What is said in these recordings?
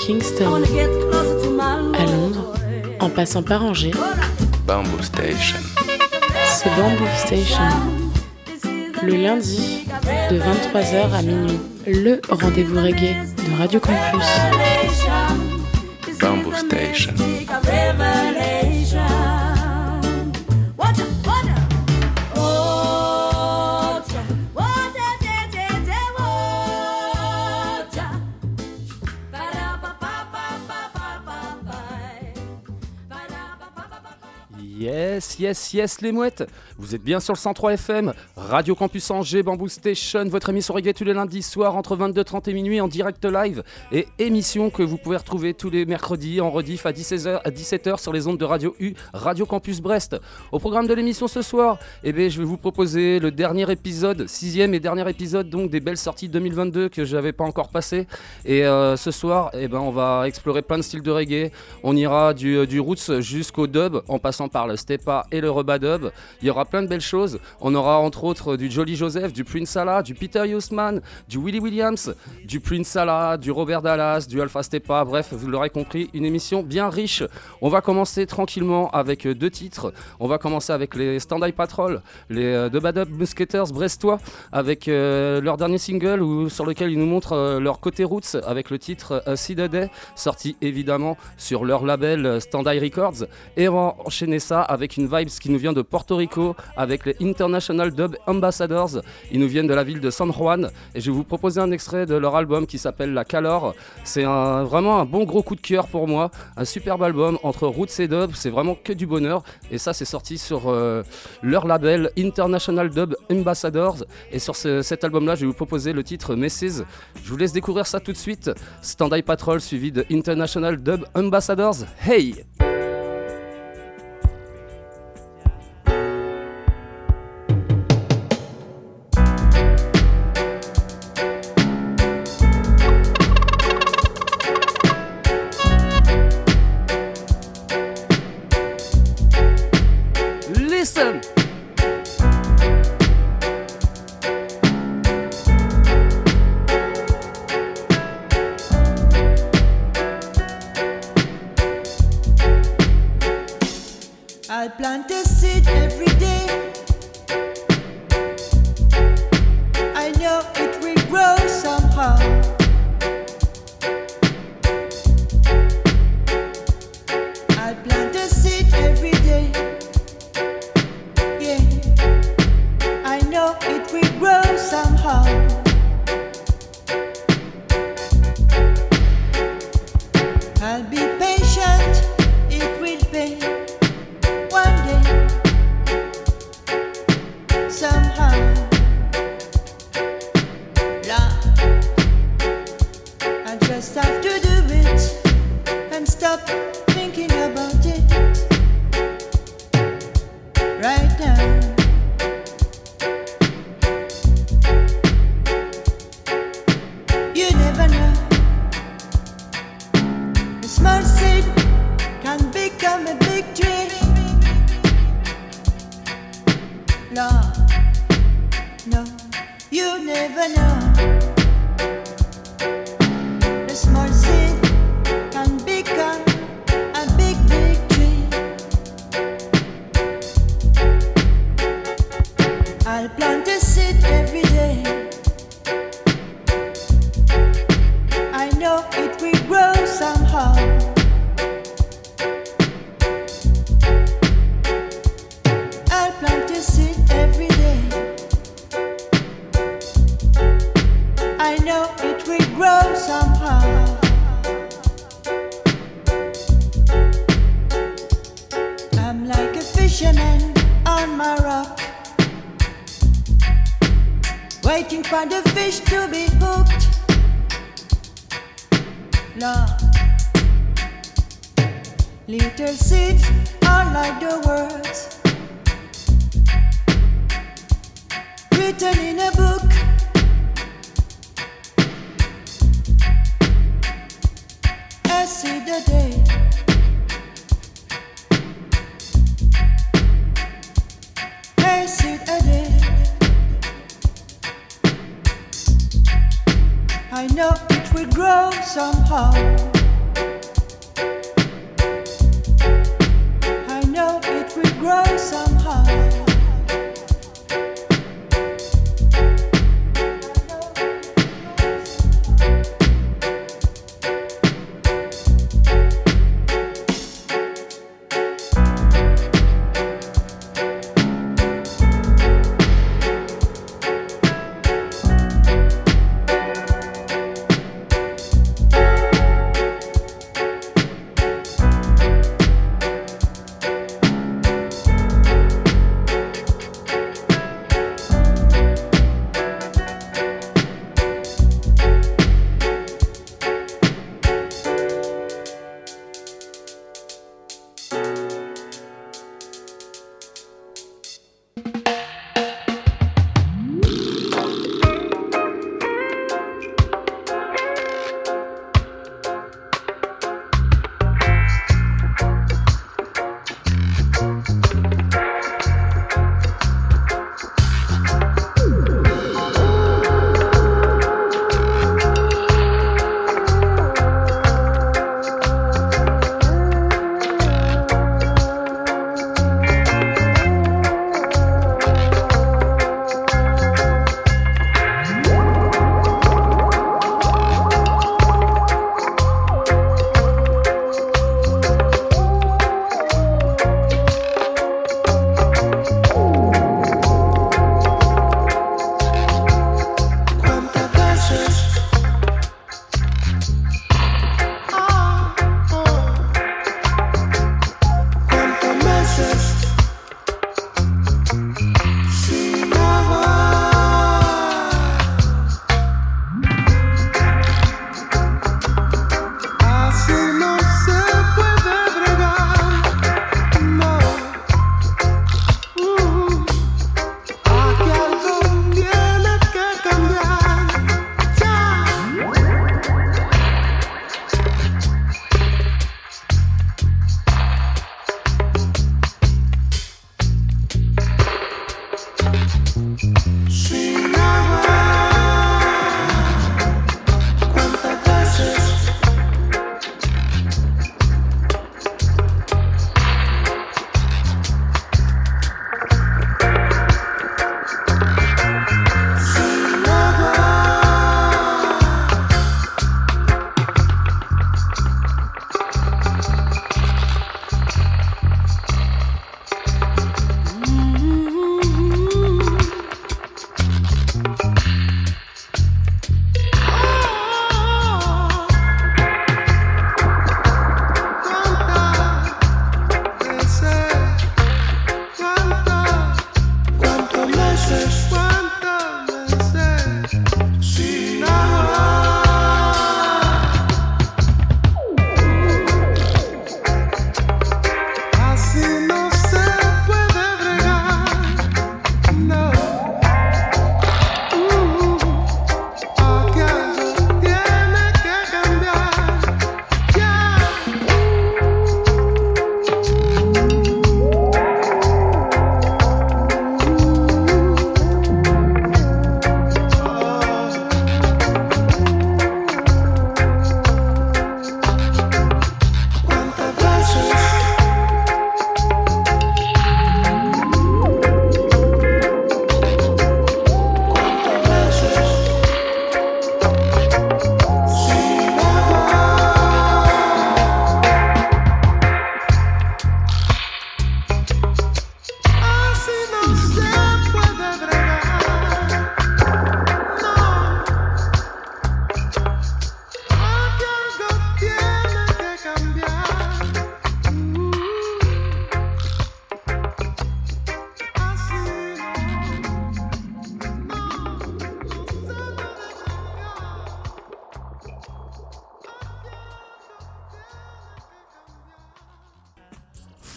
Kingston, à Londres, en passant par Angers, Bamboo Station. c'est Bamboo Station. Le lundi, de 23h à minuit, le rendez-vous reggae de Radio Campus. Bamboo Station. Yes, les mouettes. Vous êtes bien sur le 103 FM, Radio Campus Angers, Bamboo Station, votre émission reggae tous les lundis soirs entre 22h30 et minuit en direct live et émission que vous pouvez retrouver tous les mercredis en rediff à 17h sur les ondes de Radio U, Radio Campus Brest. Au programme de l'émission ce soir, je vais vous proposer le dernier épisode, 6e et dernier épisode donc des belles sorties 2022 que je n'avais pas encore passé. Et ce soir, on va explorer plein de styles de reggae. On ira du roots jusqu'au dub en passant par le stepa et le rubadub. Il y aura plein de belles choses. On aura entre autres du Jolly Joseph, du Prince Salah, du Peter Husman, du Willie Williams, du Prince Salah, du Robert Dallas, du Alpha Stepa. Bref, vous l'aurez compris, une émission bien riche. On va commencer tranquillement avec deux titres. On va commencer avec les Stand Eye Patrol, les The Bad Up Musketeers brestois, avec leur dernier single sur lequel ils nous montrent leur côté roots avec le titre See the Day, sorti évidemment sur leur label Stand Eye Records. Et on va enchaîner ça avec une vibe qui nous vient de Porto Rico avec les International Dub Ambassadors. Ils nous viennent de la ville de San Juan et je vais vous proposer un extrait de leur album qui s'appelle La Calor. C'est vraiment un bon gros coup de cœur pour moi, un superbe album entre roots et dub, c'est vraiment que du bonheur et ça c'est sorti sur leur label International Dub Ambassadors et sur cet album là je vais vous proposer le titre Mrs. Je vous laisse découvrir ça tout de suite. Stand Eye Patrol suivi de International Dub Ambassadors. Hey! Listen! I'll plant a seed every day. I know it will grow somehow. I'll plant a seed every day. Yeah, I know it will grow somehow. I'll be patient, it will pay. Somehow, love, I just have to do it and stop thinking about it right now. You never know, a small seed can become a big tree. Love. No, you never know. The small seed can become a big, big tree. I'll plant a seed every day. I know it will grow somehow. I'll plant a seed every day. I know it will grow somehow. I'm like a fisherman on my rock, waiting for the fish to be hooked. Lord, little seeds are like the words written in a book. I see the day. I see the day. I know it will grow somehow.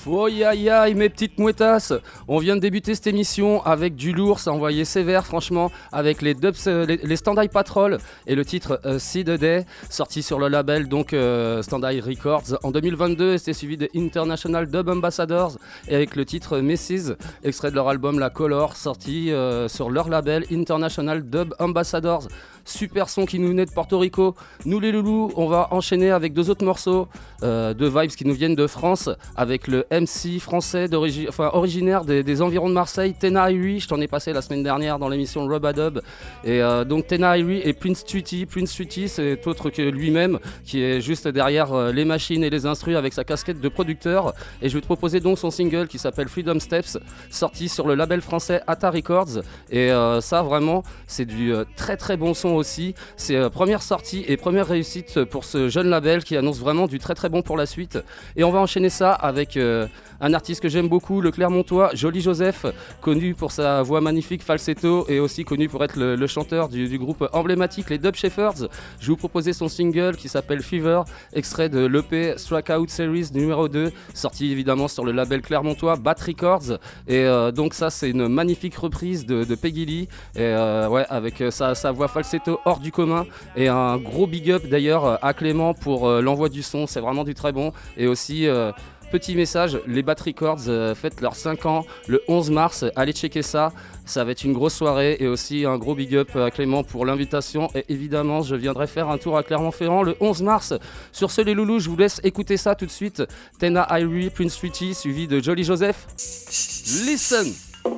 Oh aïe mes petites mouettasses, on vient de débuter cette émission avec du lourd, ça a envoyé sévère franchement, avec les Stand Eye Patrol et le titre See the Day, sorti sur le label donc Stand Eye Records en 2022, et c'était suivi des International Dub Ambassadors et avec le titre Mrs, extrait de leur album La Color, sorti sur leur label International Dub Ambassadors. Super son qui nous venait de Porto Rico. Nous les loulous, on va enchaîner avec deux autres morceaux, deux vibes qui nous viennent de France, avec le MC français originaire des environs de Marseille, Tena Irie. Je t'en ai passé la semaine dernière dans l'émission Rubadub. Et donc Tena Irie et Prince Tweety. Prince Tweety, c'est autre que lui-même, qui est juste derrière les machines et les instrus avec sa casquette de producteur. Et je vais te proposer donc son single qui s'appelle Freedom Steps, sorti sur le label français Ata Records. Et ça vraiment, c'est du très très bon son aussi. C'est première sortie et première réussite pour ce jeune label qui annonce vraiment du très très bon pour la suite. Et on va enchaîner ça avec un artiste que j'aime beaucoup, le Clermontois Joli Joseph, connu pour sa voix magnifique falsetto et aussi connu pour être le chanteur du groupe emblématique les Dub Shepherds. Je vais vous proposer son single qui s'appelle Fever, extrait de l'EP Strikeout Series numéro 2, sorti évidemment sur le label clermontois Bat Records. Et donc ça c'est une magnifique reprise de Peggy Lee, et avec sa voix falsetto hors du commun, et un gros big up d'ailleurs à Clément pour l'envoi du son, c'est vraiment du très bon. Et aussi petit message, les Bat Records fêtent leurs 5 ans le 11 mars, allez checker ça, ça va être une grosse soirée. Et aussi un gros big up à Clément pour l'invitation, et évidemment je viendrai faire un tour à Clermont-Ferrand le 11 mars. Sur ce les loulous, je vous laisse écouter ça tout de suite. Tena Irie, Prince Tweety, suivi de Joli Joseph. Listen.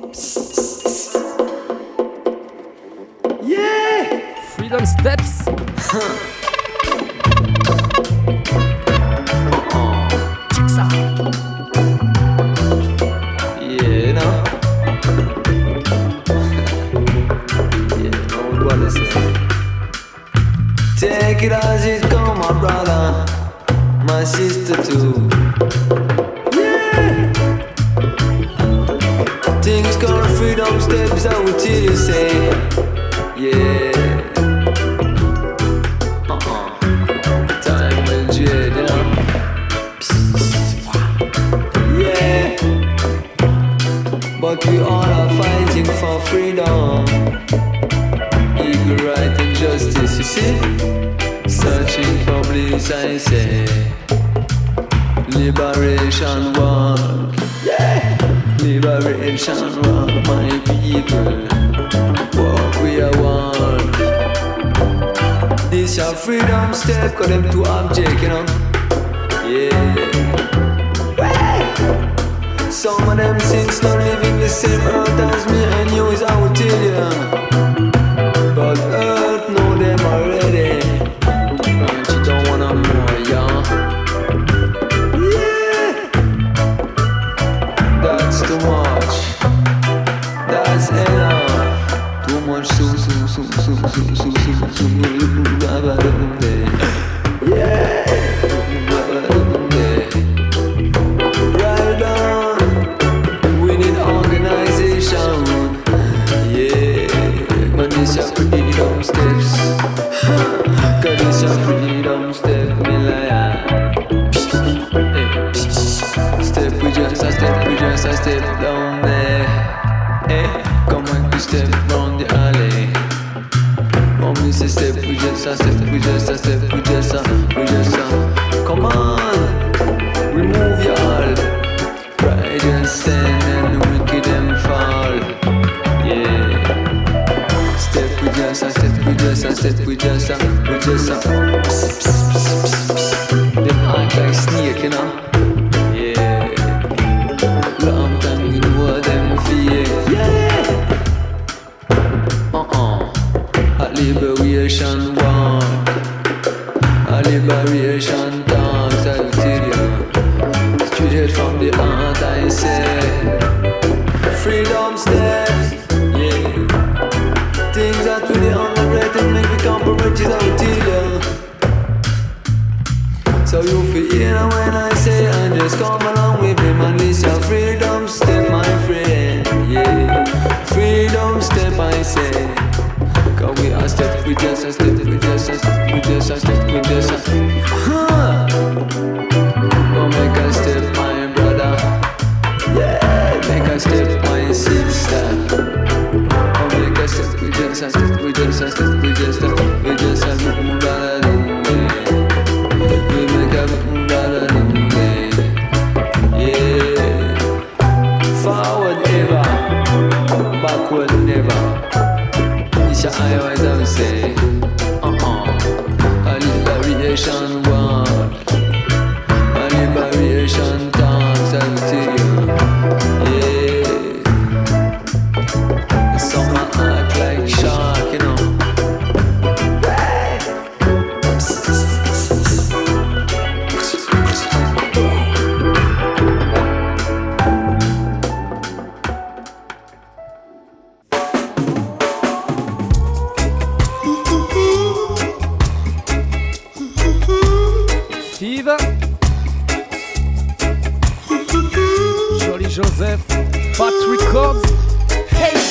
Yeah! Freedom Steps. Take it as it come, my brother, my sister too. Yeah. Things called freedom steps, I will tell you say, yeah. Time will dread, you know. Yeah. But we all are fighting for freedom. Equal right and justice, you see? Searching for bliss, I say. Liberation walk, yeah. Liberation walk, my people. Walk we are one. This your freedom step, call them to object, you know. Yeah. Some of them sins not living the same earth as me and you, is I will tell you. But earth know them already, and she don't wanna more, yeah. Yeah, that's too much, that's enough. Too much, yeah. Right on, we need organization. But this your freedom steps, cause this your freedom step, me like step, we just a step down there. Hey, come on, we step down the alley. Mommy say step, we just a step, we just a step, we just a. Come on, remove y'all, pride and stand and the wicked them fall. Yeah. We just a them act like snake, you know. Yeah. Long time you know what them feel. Yeah. A liberation walk, a liberation dance, I'll tell you. Straight from the heart I say, freedom steps, yeah. Things that really underrated make me compromise, I will tell you. Joseph, Pat Records. Hey!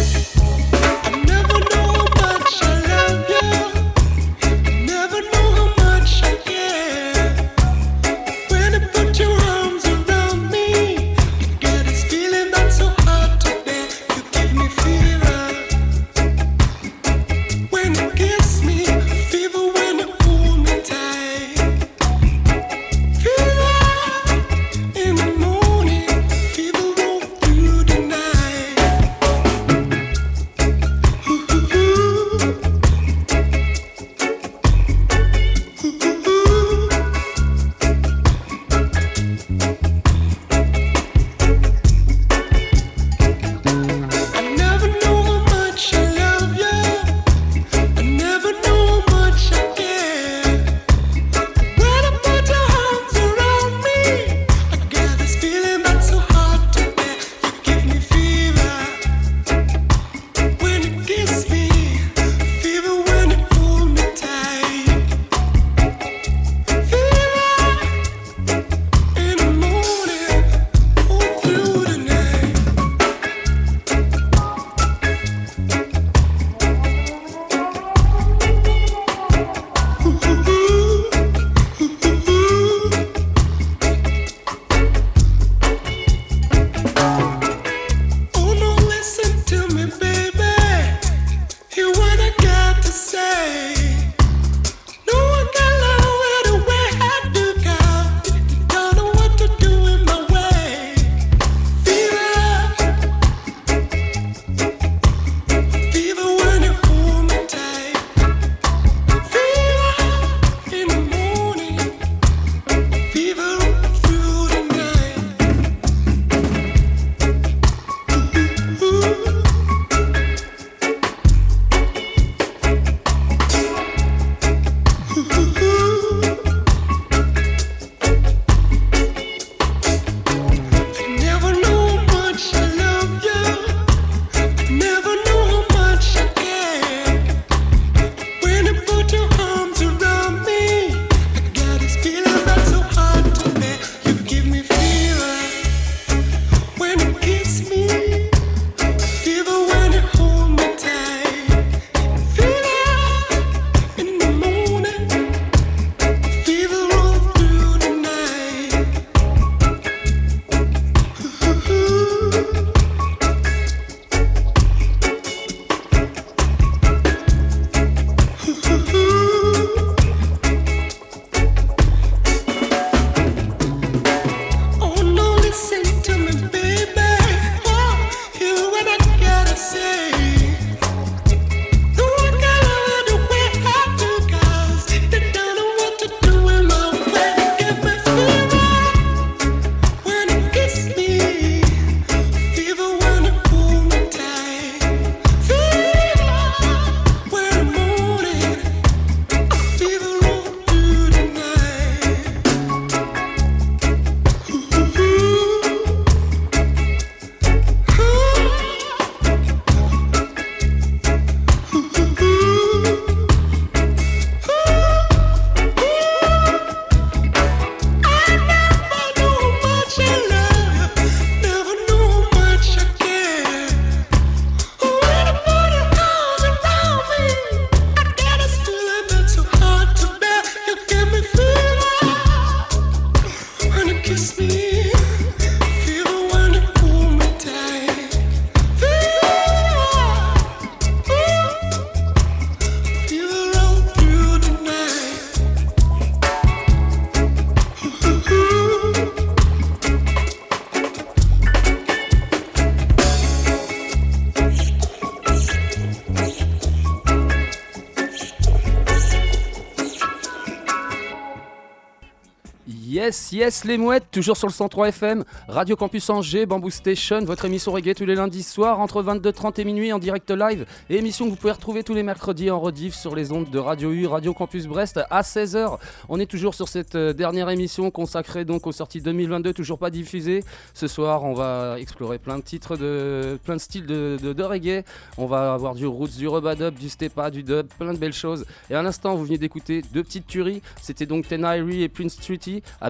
Yes, les mouettes, toujours sur le 103 FM, Radio Campus Angers, Bamboo Station, votre émission reggae tous les lundis soirs entre 22h30 et minuit en direct live, et émission que vous pouvez retrouver tous les mercredis en rediff sur les ondes de Radio U, Radio Campus Brest à 16h. On est toujours sur cette dernière émission consacrée donc aux sorties 2022, toujours pas diffusées. Ce soir, on va explorer plein de titres, plein de styles de reggae. On va avoir du roots, du rubadub, du stepa, du dub, plein de belles choses. Et à l'instant, vous venez d'écouter deux petites tueries. C'était donc Ten Irie et Prince Treaty avec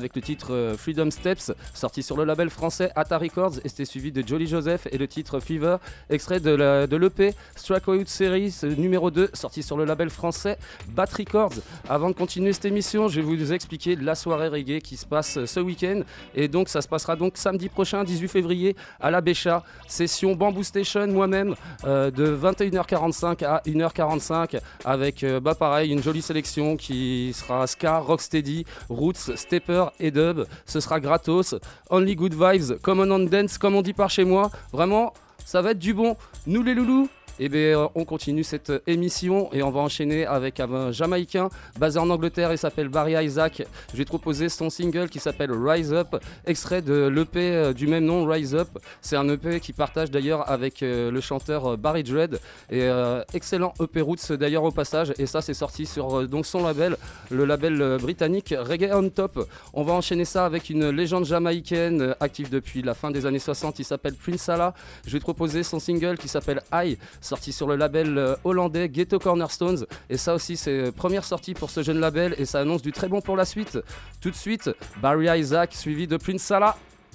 avec le titre Freedom Steps, sorti sur le label français Atta Records, et c'était suivi de Jolly Joseph et le titre Fever, extrait de l'EP Strikeout Series numéro 2, sorti sur le label français Bat Records. Avant de continuer cette émission, je vais vous expliquer la soirée reggae qui se passe ce week-end, et donc ça se passera donc samedi prochain, 18 février, à la Bécha, session Bamboo Station, moi-même, de 21h45 à 1h45, avec pareil, une jolie sélection qui sera ska, rocksteady, roots, stepper et dub. Ce sera gratos, only good vibes, come on and dance, comme on dit par chez moi. Vraiment, ça va être du bon. Nous les loulous, eh bien, on continue cette émission et on va enchaîner avec un Jamaïcain basé en Angleterre. Il s'appelle Barry Isaac. Je vais te proposer son single qui s'appelle Rise Up, extrait de l'EP du même nom, Rise Up. C'est un EP qui partage d'ailleurs avec le chanteur Barry Dread. Et excellent EP Roots d'ailleurs au passage. Et ça, c'est sorti sur donc son label, le label britannique Reggae on Top. On va enchaîner ça avec une légende jamaïcaine active depuis la fin des années 60. Il s'appelle Prince Salah. Je vais te proposer son single qui s'appelle I, sorti sur le label hollandais Ghetto Cornerstones, et ça aussi c'est première sortie pour ce jeune label et ça annonce du très bon pour la suite. Tout de suite, Barry Isaac suivi de Prince Salah.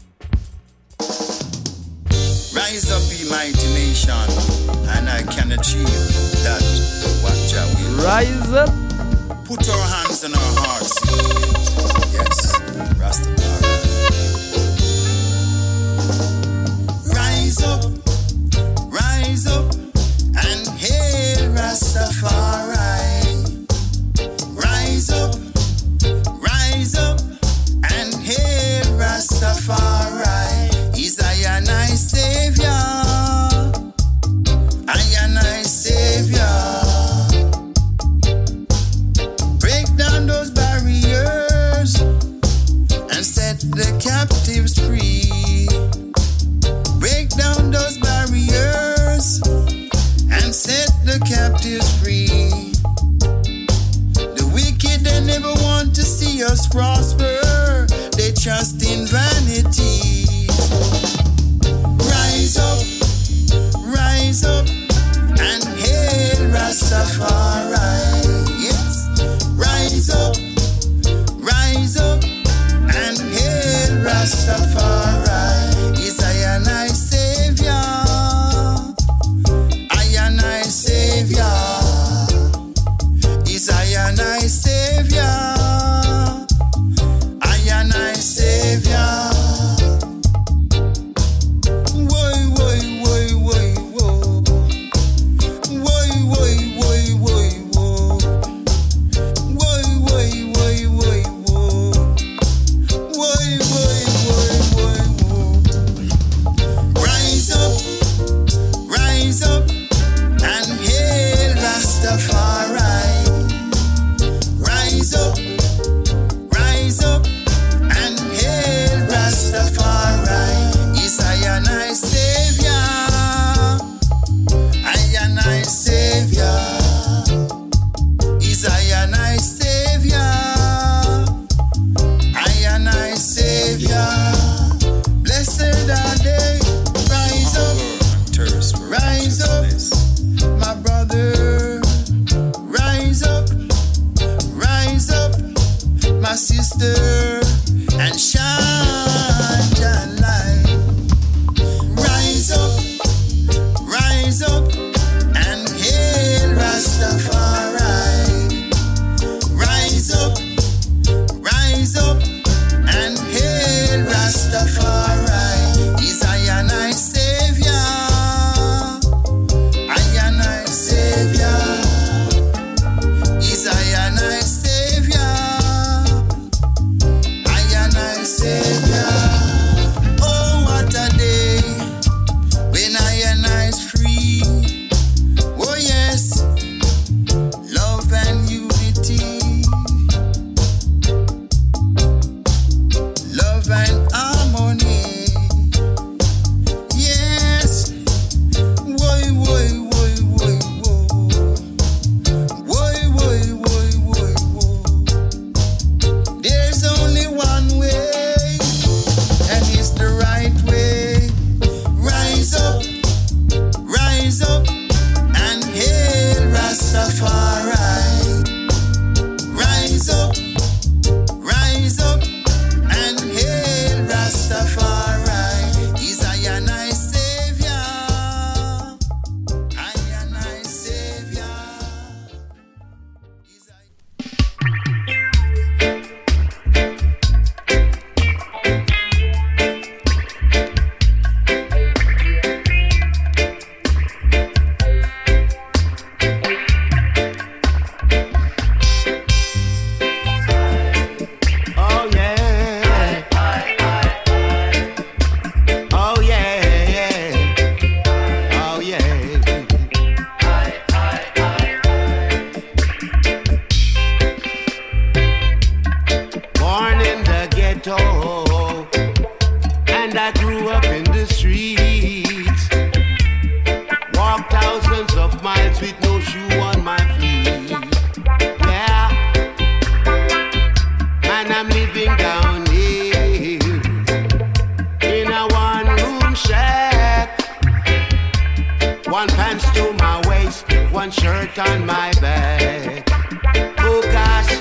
Rise up, be mighty nation, and I can achieve that what Jah will. Rise up. Put our hands on our hearts. Yes, Rastafari. Rise up, rise up. And hail Rastafari. Rise up, and hail Rastafari. Is I and I Savior, I and I Savior. Break down those barriers and set the captives free. Break down those barriers and set the captives free. The wicked, they never want to see us prosper. They trust in vanity. Rise up, and hail Rastafari. Yes, rise up, and hail Rastafari. Is I and I Savior. Savior, is I and I Savior, I and I Savior. Woy, woy, woy, woy, woy. Woy, woy, woy, woy, woy. Woy, woy, woy, woy, woy. Woy, woy, woy, woy. up in the streets, walked thousands of miles with no shoe on my feet. Yeah, and I'm living down here in a one-room shack. One pants to my waist, one shirt on my back. Oh gosh.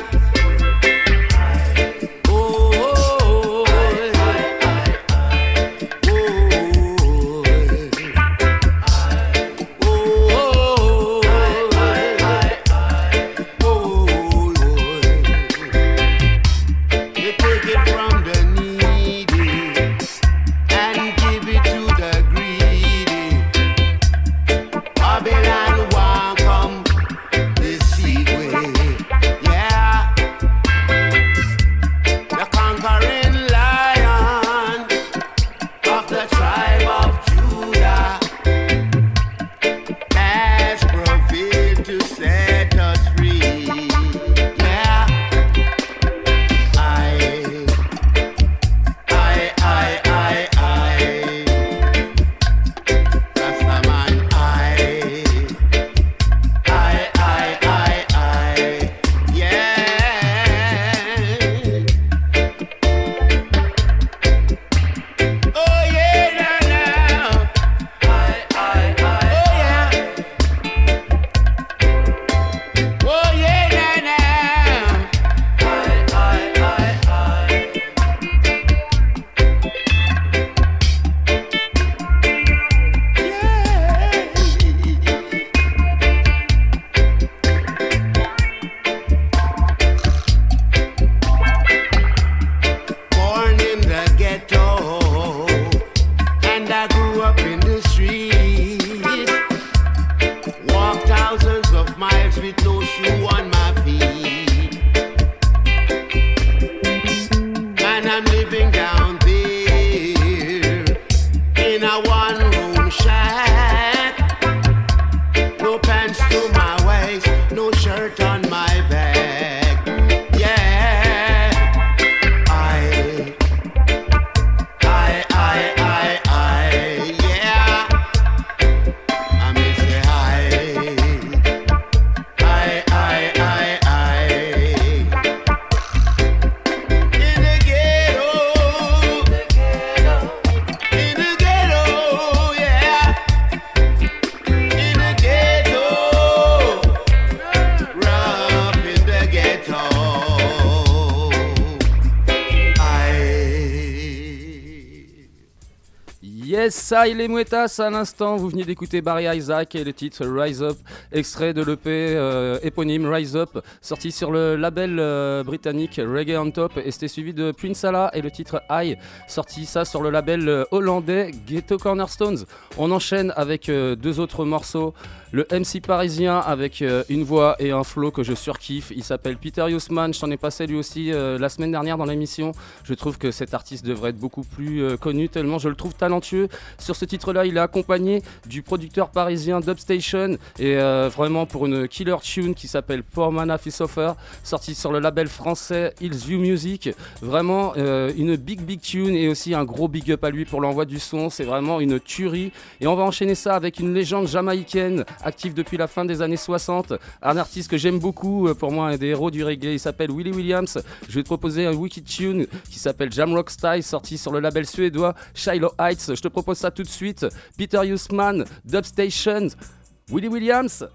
Ça, il est Mouettas à l'instant. Vous venez d'écouter Barry Isaac et le titre Rise Up, extrait de l'EP éponyme Rise Up, sorti sur le label britannique Reggae on Top, et c'était suivi de Prince Allah et le titre High, sorti ça sur le label hollandais Ghetto Cornerstones. On enchaîne avec deux autres morceaux. Le MC parisien avec une voix et un flow que je surkiffe, il s'appelle Peter Huisman, je t'en ai passé lui aussi la semaine dernière dans l'émission. Je trouve que cet artiste devrait être beaucoup plus connu tellement je le trouve talentueux. Sur ce titre-là, il est accompagné du producteur parisien Dubstation et vraiment pour une killer tune qui s'appelle Poor Man of His Offer, sorti sur le label français Hillsview Music. Vraiment une big tune et aussi un gros big up à lui pour l'envoi du son, c'est vraiment une tuerie. Et on va enchaîner ça avec une légende jamaïcaine actif depuis la fin des années 60, un artiste que j'aime beaucoup, pour moi un des héros du reggae, il s'appelle Willie Williams. Je vais te proposer un wicked tune qui s'appelle Jamrock Style, sorti sur le label suédois Shiloh Heights. Je te propose ça tout de suite. Peter Huisman, Dubstation, Willie Williams.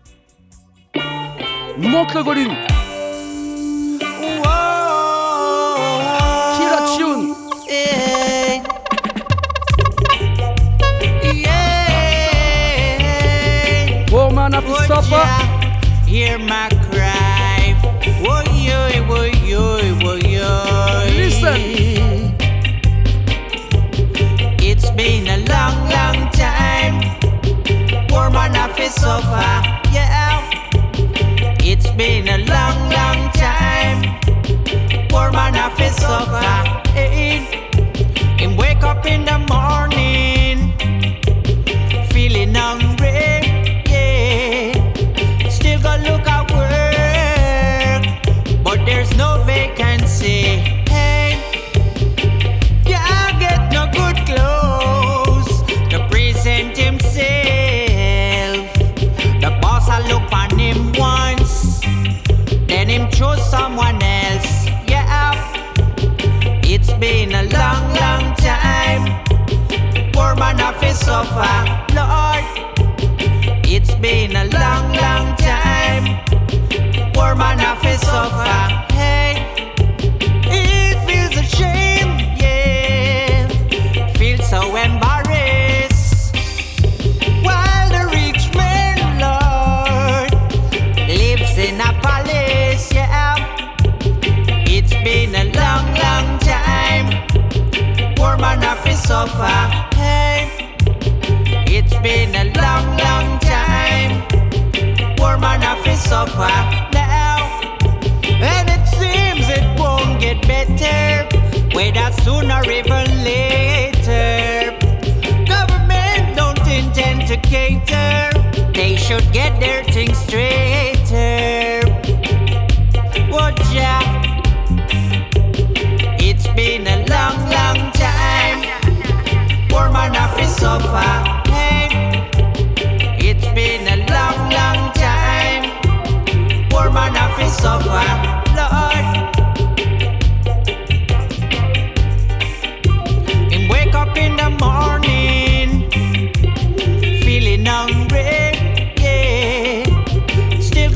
Monte le volume. Killer tune. Poor man of his supper. Hear my cry. Woy, woy, woy, woy. Listen. It's been a long time. Poor man of his suffer. Yeah. It's been a long time. Poor man of his suffer. Hey. Him wake up in the morning, feeling hungry. Still go look at work, but there's no vacancy. Hey, can't get no good clothes. suffer, Lord. It's been a long, long time. Poor man have to suffer. Hey, it feels a shame, yeah. Feel so embarrassed. While the rich man, Lord, lives in a palace, yeah. It's been a long, long time. Poor man have to suffer. Hey, it's been a long, long time. Poor man have to suffer now. And it seems it won't get better, whether sooner or even later. Government don't intend to cater. They should get their things straighter. Watch out. It's been a long, long time. Poor man have to suffer. Hey, it's been a long, long time. Poor man have to suffer, Lord. Him wake up in the morning, feeling hungry, yeah. Still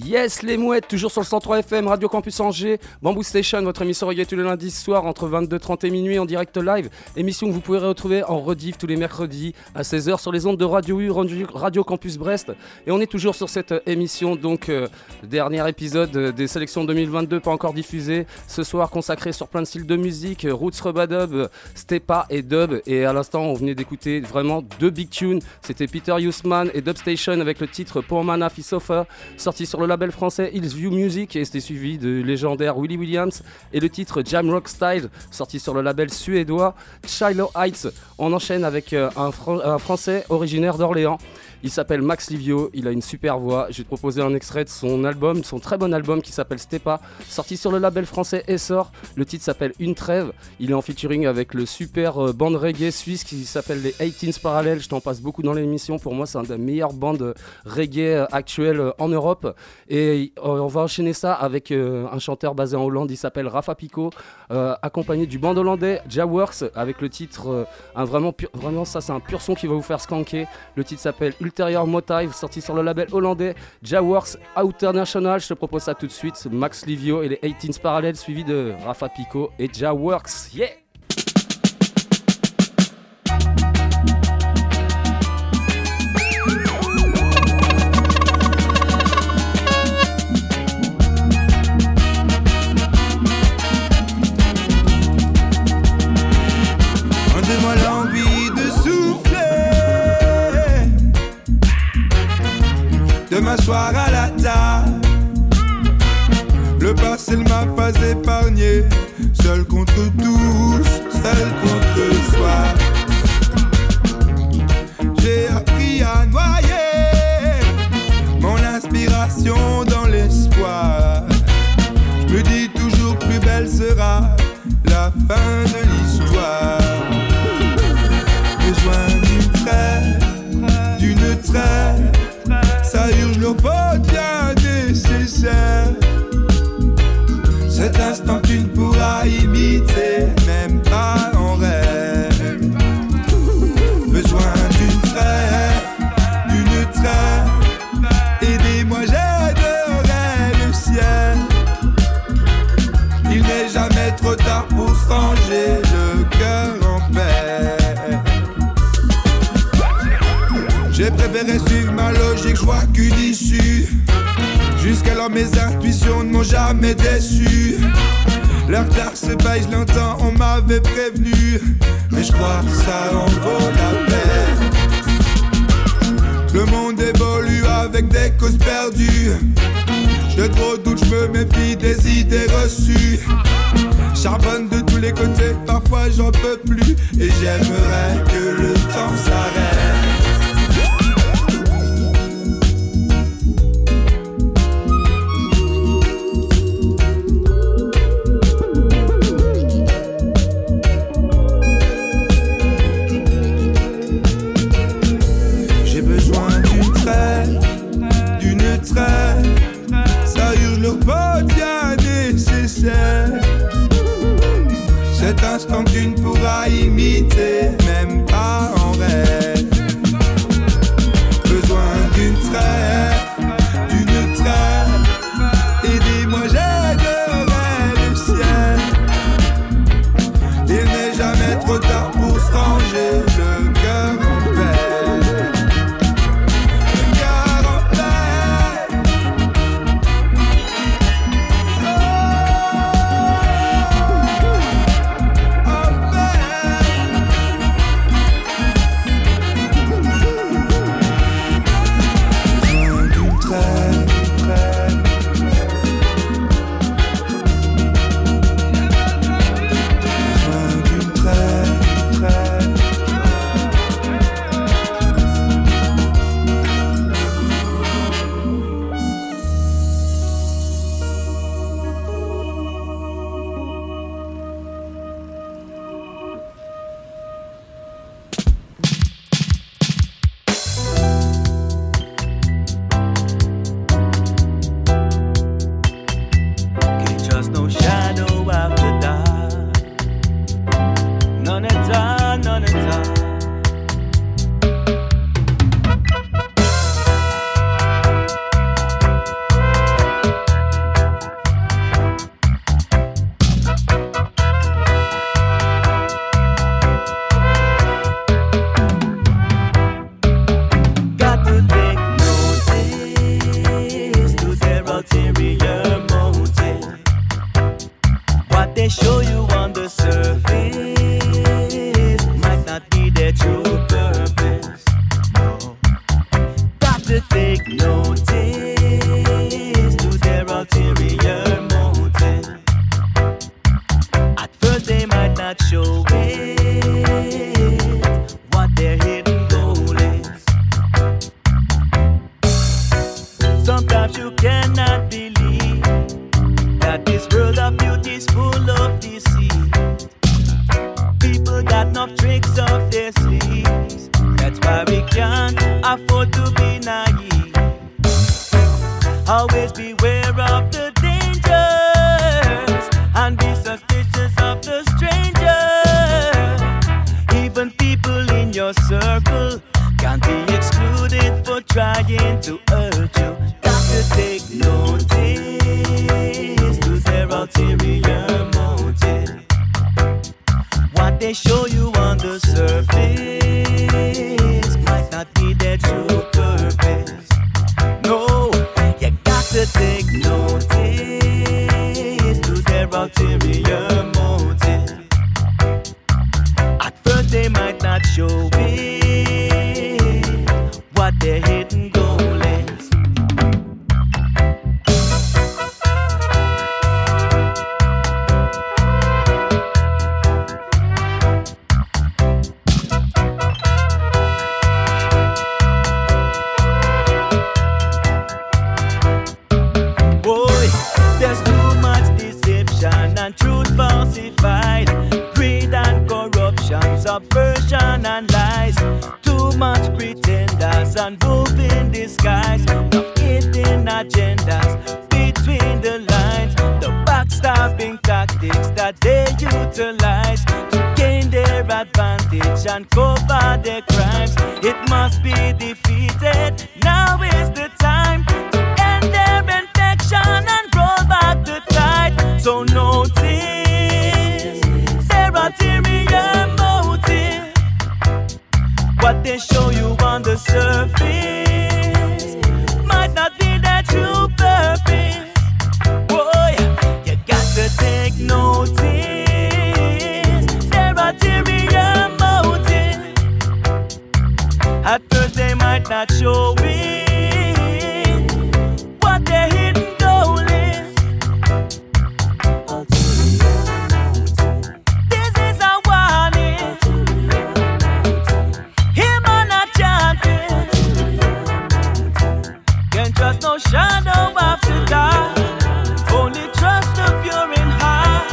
Yes, les mouettes, toujours sur le 103 FM, Radio Campus Angers, Bamboo Station, votre émission reggae tous les lundis soirs entre 22h30 et minuit en direct live. Émission que vous pouvez retrouver en rediff tous les mercredis à 16h sur les ondes de Radio U, Radio Campus Brest. Et on est toujours sur cette émission, donc dernier épisode des sélections 2022, pas encore diffusé. Ce soir consacré sur plein de styles de musique, roots, rubadub, stepa et dub. Et à l'instant, on venait d'écouter vraiment deux big tunes. C'était Peter Huisman et Dubstation avec le titre Poor Man Half His Sofa, sorti sur le label français Hillsview Music, et c'était suivi de légendaire Willie Williams et le titre Jam Rock Style, sorti sur le label suédois Shiloh Heights. On enchaîne avec un français originaire d'Orléans. Il s'appelle Max Livio, il a une super voix. Je vais te proposer un extrait de son album, son très bon album qui s'appelle Stepa, sorti sur le label français Essor. Le titre s'appelle Une Trêve. Il est en featuring avec le super band reggae suisse qui s'appelle les 18s Parallel. Je t'en passe beaucoup dans l'émission. Pour moi, c'est un des meilleurs bands reggae actuels en Europe. Et on va enchaîner ça avec un chanteur basé en Hollande. Il s'appelle Rafa Pico, accompagné du band hollandais Jaworks avec le titre vraiment ça, c'est un pur son qui va vous faire skanker. Le titre s'appelle Ulterior Motive, sorti sur le label hollandais Jaworks International. Je te propose ça tout de suite. Max Livio et les 18s Parallel, suivi de Rafa Pico et Jaworks. Yeah! Rendez-moi l'envie de souffler, de m'asseoir à la table. Le passé ne m'a pas épargné, seul contre tous, seul contre soi. J'ai appris à noyer mon inspiration dans l'espoir. Je me dis toujours plus belle sera la fin de l'histoire. Besoin d'une trêve, ça urge l'eau bien nécessaire. Cet instant tu ne pourras imiter, même pas en rêve. Besoin d'une trêve, aidez-moi, j'aiderai le ciel. Il n'est jamais trop tard pour se ranger le cœur en paix. J'ai préféré suivre ma logique, je vois qu'une issue. Jusqu'alors mes intuitions ne m'ont jamais déçu. L'heure tard se paye, je l'entends, on m'avait prévenu. Mais je crois que ça en vaut la peine. Le monde évolue avec des causes perdues. De trop doute, je me méfie des idées reçues. Charbonne de tous les côtés, parfois j'en peux plus. Et j'aimerais que le temps s'arrête. Ça urge le pot bien nécessaire. Cet instant tu ne pourras imiter, même pas en rêve. why we can't afford to be naive. Always beware of the dangers and be suspicious of the stranger. Even people in your circle can't be excluded for trying to hurt you. Got to take notice to their ulterior motive. What they show you on the surface might not be their true purpose. No, you got to take notice to their ulterior motive. At first they might not show it, what their hidden goal is. Boy, there's too much deception and truth falsified, greed and corruption, subversion and lies. Too much pretenders and wolf in disguise of hidden agendas between the lines. The backstabbing tactics that they utilize to gain their advantage and cover their crimes. It must be defeated. Now is the time to end their infection and roll back the tide. So notice their ulterior motive. What they show you on the surface might not be their true purpose. Boy, you got to take notice their ulterior motive. At first they might not show it, what their hidden goal is. This is a warning. Him on a chanting. Can't trust no shadow of the dark. Only trust the pure in heart.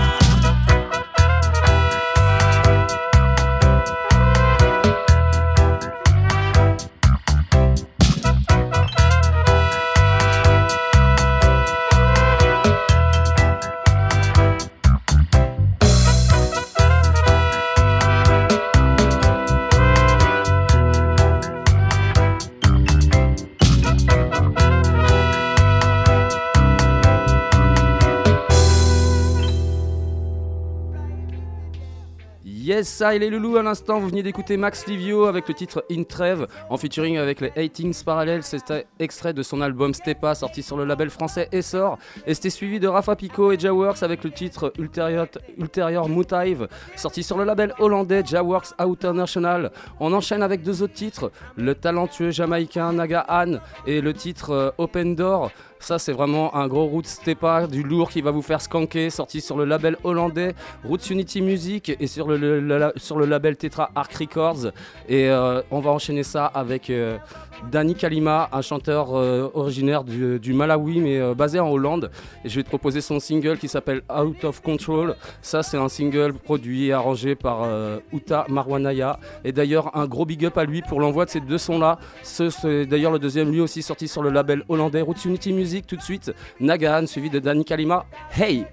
Yes, ça et les loulous à l'instant, vous venez d'écouter Max Livio avec le titre In Trève en featuring avec les 18s Parallels. C'était extrait de son album Stepa sorti sur le label français Essor, et c'était suivi de Rafa Pico et Jaworks avec le titre Ulterior Motive sorti sur le label hollandais Jaworks International. On enchaîne avec deux autres titres, le talentueux jamaïcain Naga Han et le titre Open Door. Ça c'est vraiment un gros Roots Stepa, du lourd qui va vous faire skanker, sorti sur le label hollandais Roots Unity Music et sur le label Tetra Arc Records. Et on va enchaîner ça avec Dani Kalima, un chanteur originaire du Malawi mais basé en Hollande. Et je vais te proposer son single qui s'appelle Out of Control. Ça c'est un single produit et arrangé par Uta Marwanaya. Et d'ailleurs un gros big up à lui pour l'envoi de ces deux sons là. C'est d'ailleurs le deuxième lui aussi sorti sur le label hollandais Roots Unity Music. Tout de suite, Nagaan suivi de Dani Kalima. Hey!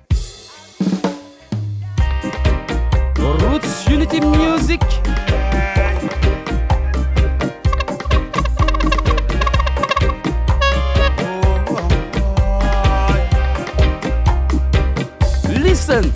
Roots Unity Music. Listen.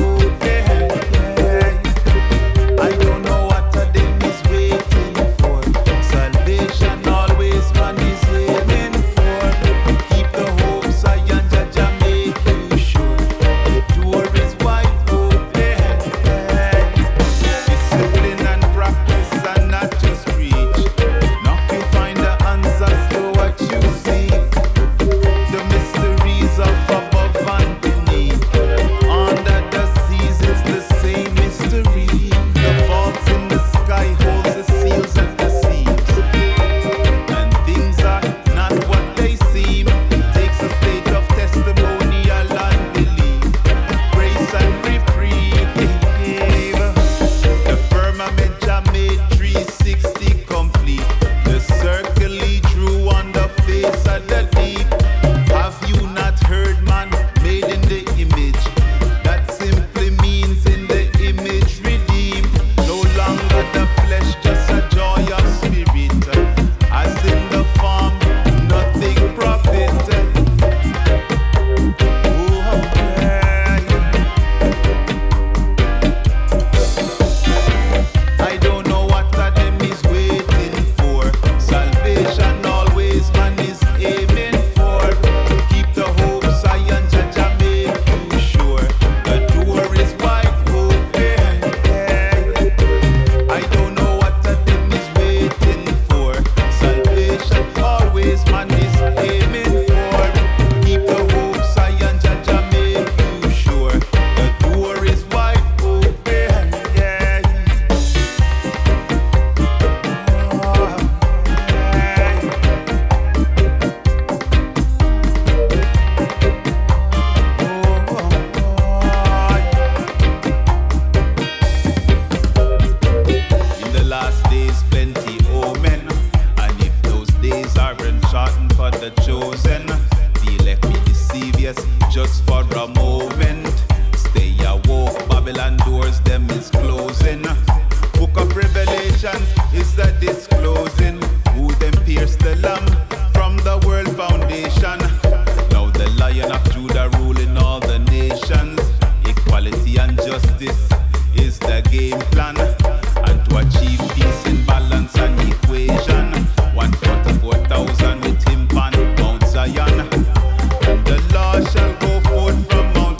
For Aaron shorten for the chosen. The elect be deceivious just for a moment. Stay awoke, Babylon doors them is closing. Book of Revelations is a disclosing. Who them pierced the lamb from the world foundation. Now the Lion of Judah ruling all the nations. Equality and justice is the game plan. And to achieve peace in balance and equation. 144,000 with him on Mount Zion. And the law shall go forth from Mount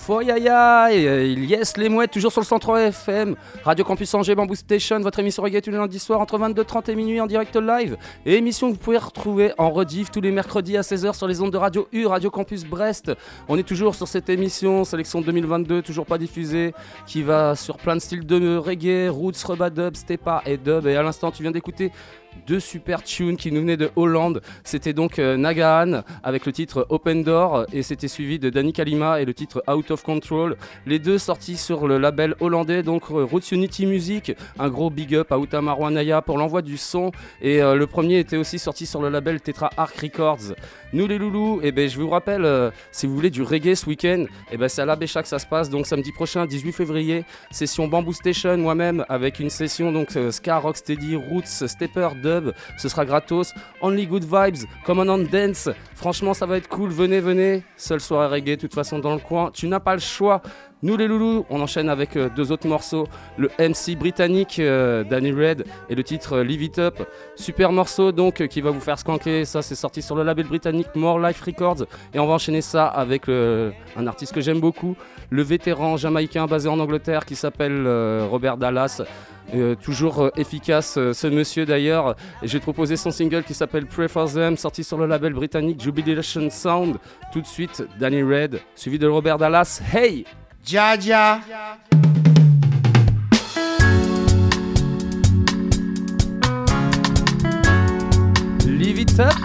Yes, les mouettes, toujours sur le 103 FM, Radio Campus Angers, Bamboo Station, votre émission reggae tous les lundis soirs entre 22h30 et minuit en direct live. Et émission que vous pouvez retrouver en rediff tous les mercredis à 16h sur les ondes de Radio U, Radio Campus Brest. On est toujours sur cette émission, sélection 2022, toujours pas diffusée, qui va sur plein de styles de reggae, roots, rubadub, stepa et dub. Et à l'instant, tu viens d'écouter deux super tunes qui nous venaient de Hollande. C'était donc Nagahan avec le titre Open Door et c'était suivi de Danny Kalima et le titre Out of Control. Les deux sortis sur le label hollandais, donc Roots Unity Music. Un gros big up à Uta Marwanaya pour l'envoi du son. Et le premier était aussi sorti sur le label Tetra Arc Records. Nous les loulous, je vous rappelle, si vous voulez du reggae ce week-end, c'est à la Bécha que ça se passe, donc samedi prochain, 18 février, session Bamboo Station, moi-même, avec une session donc ska, rocksteady, roots, stepper, dub, ce sera gratos, only good vibes, come on dance, franchement ça va être cool, venez, seule soirée reggae, de toute façon dans le coin, tu n'as pas le choix. Nous les loulous, on enchaîne avec deux autres morceaux, le MC britannique Danny Red et le titre Live It Up, super morceau donc qui va vous faire skanker, ça c'est sorti sur le label britannique More Life Records et on va enchaîner ça avec un artiste que j'aime beaucoup, le vétéran jamaïcain basé en Angleterre qui s'appelle Robert Dallas. Toujours efficace ce monsieur d'ailleurs. J'ai proposé son single qui s'appelle Pray for Them, sorti sur le label britannique Jubilation Sound. Tout de suite Danny Red suivi de Robert Dallas. Hey Jaja. Live it up.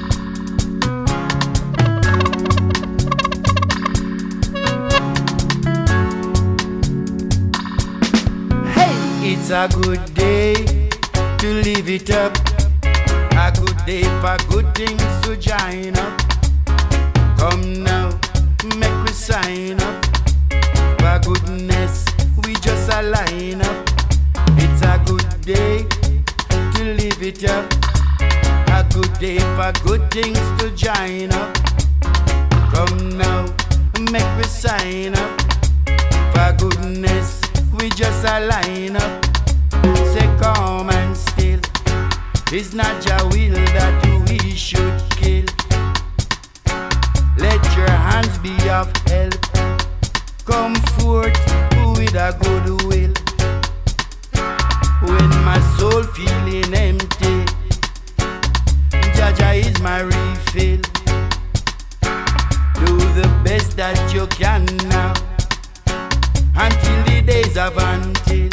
It's a good day to live it up. A good day for good things to join up. Come now, make we sign up. For goodness, we just align up. It's a good day to live it up. A good day for good things to join up. Come now, make we sign up. For goodness, we just align up. Say calm and still. It's not your will that we should kill. Let your hands be of help. Come forth with a good will. When my soul feeling empty, Jaja is my refill. Do the best that you can now, until the days of until.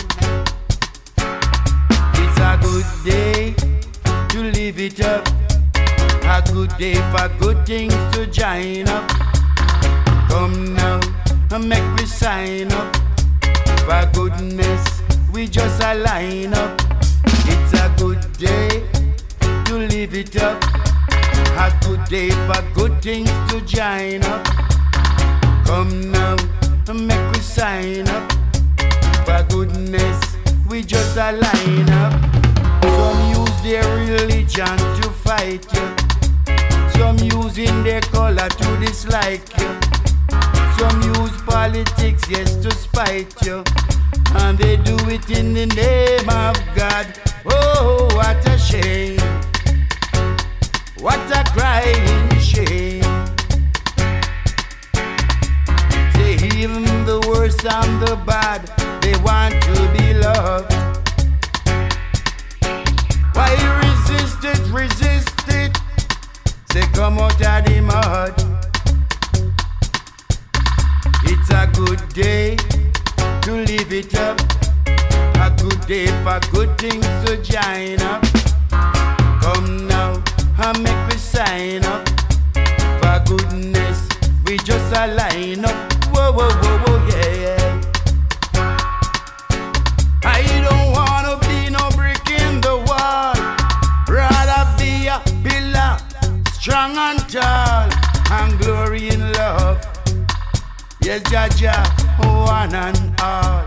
It's a good day to live it up. A good day for good things to join up. Come now and make we sign up. For goodness, we just align up. It's a good day to live it up. A good day for good things to join up. Come now and make we sign up. For goodness, we just align up. Some use their religion to fight you. Some using their color to dislike you. Some use politics, yes, to spite you. And they do it in the name of God. Oh, what a shame. What a crying shame. Say even the worst and the bad, they want to be loved. Why resist it? Say come out of the mud. It's a good day to live it up. A good day for good things to join up. Come now and make we sign up. For goodness, we just align up. Whoa, whoa, whoa, whoa, yeah. I don't wanna be no brick in the wall. Rather be a pillar, strong and tall, and glory in love. Yes, Jaja, one and all.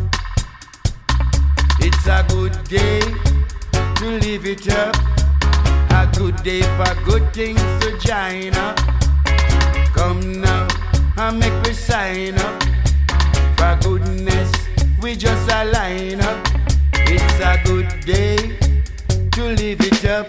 It's a good day to live it up. A good day for good things to join up. Come now and make we sign up. For goodness, we just align up. It's a good day to live it up.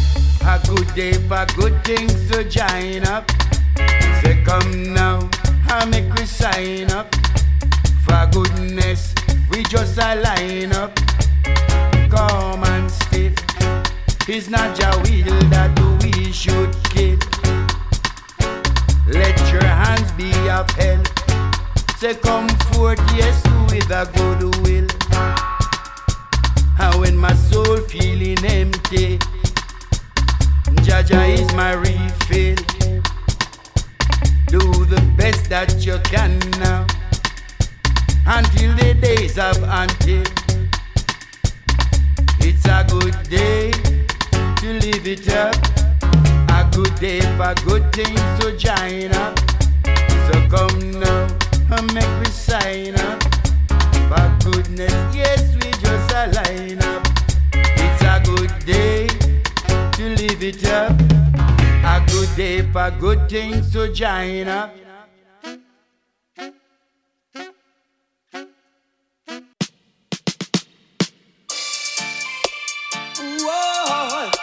A good day for good things to join up. Say come now I make we sign up. For goodness, we just a line up. Come and stiff. It's not your will that we should kill. Let your hands be of help. Say come forth, yes, with a good will. And when my soul feeling empty, Jaja is my refill. Do the best that you can now, until the days of until. It's a good day to live it up. A good day for good things to join up. So come now and make we sign up. For goodness, yes, we just a line up. It's a good day to live it up. A good day for good things to join up. Whoa,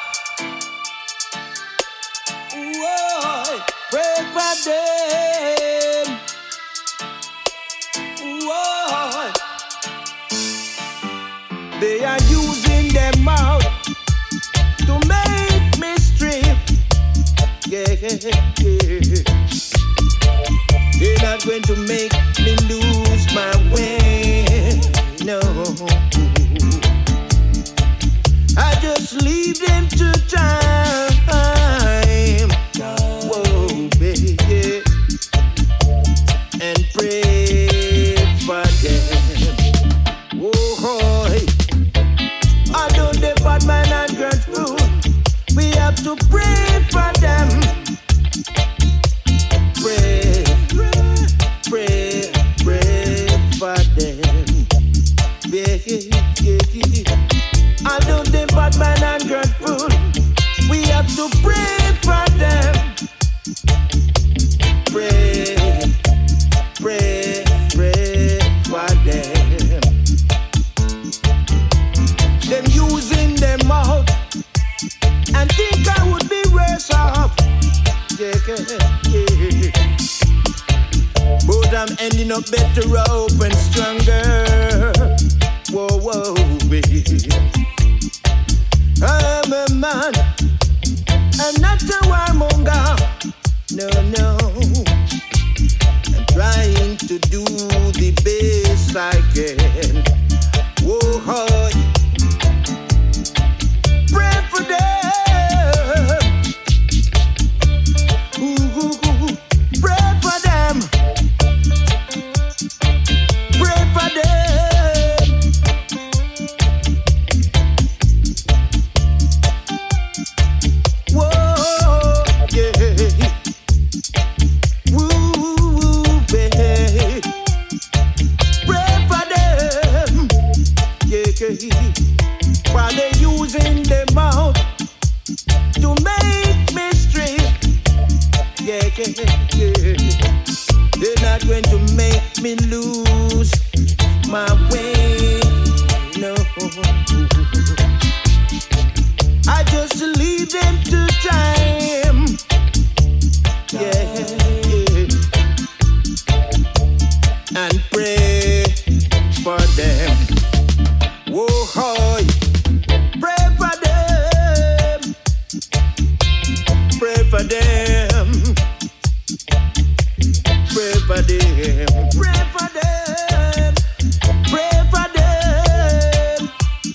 whoa, pray for them. Whoa, they are using their mouth to make me strip. Yeah, yeah. They're not going to make me lose my way. No, I just leave them to time. Whoa, baby, and pray for them. Whoa, although they bad man and grateful, we have to pray for them. Pray, pray, pray for them. Yeah. Although they bad man and grateful, we have to pray for them. Pray, pray, pray for them. Them using their mouth and think I would be worse off. Yeah, yeah. But I'm ending up better off and stronger. Whoa, whoa, baby. I'm a man, I'm not a warmonger. No, no. I'm trying to do the best I can. Whoa, hoy. Pray for them. Ooh, pray for them. Pray for them. Whoa, yeah. Woo, babe. Pray for them. Yeah. While they using their mouth to make me straight. Yeah, yeah. They're not going to make me lose my way. No. I just leave them to time. Yeah. And pray for them. Whoa, hoy. Pray for them. Pray for them. Pray for them. Pray for them. Pray for them.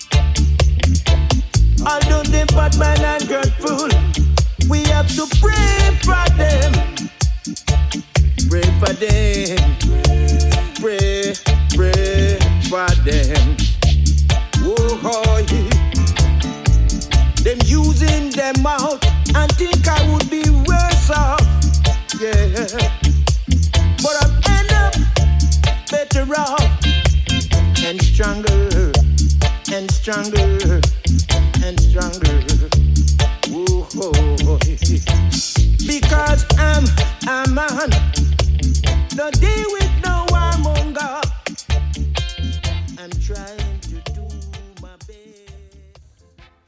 Although they bad man and grateful, we have to pray for them. Pray for them. Pray, pray for them. Whoa, yeah. Them using their mouth and think I would be worse off. Yeah. But I'll end up better off and stronger and stronger and stronger. Whoa, because I'm a man, no deal with no warmonger. I'm trying to do my best.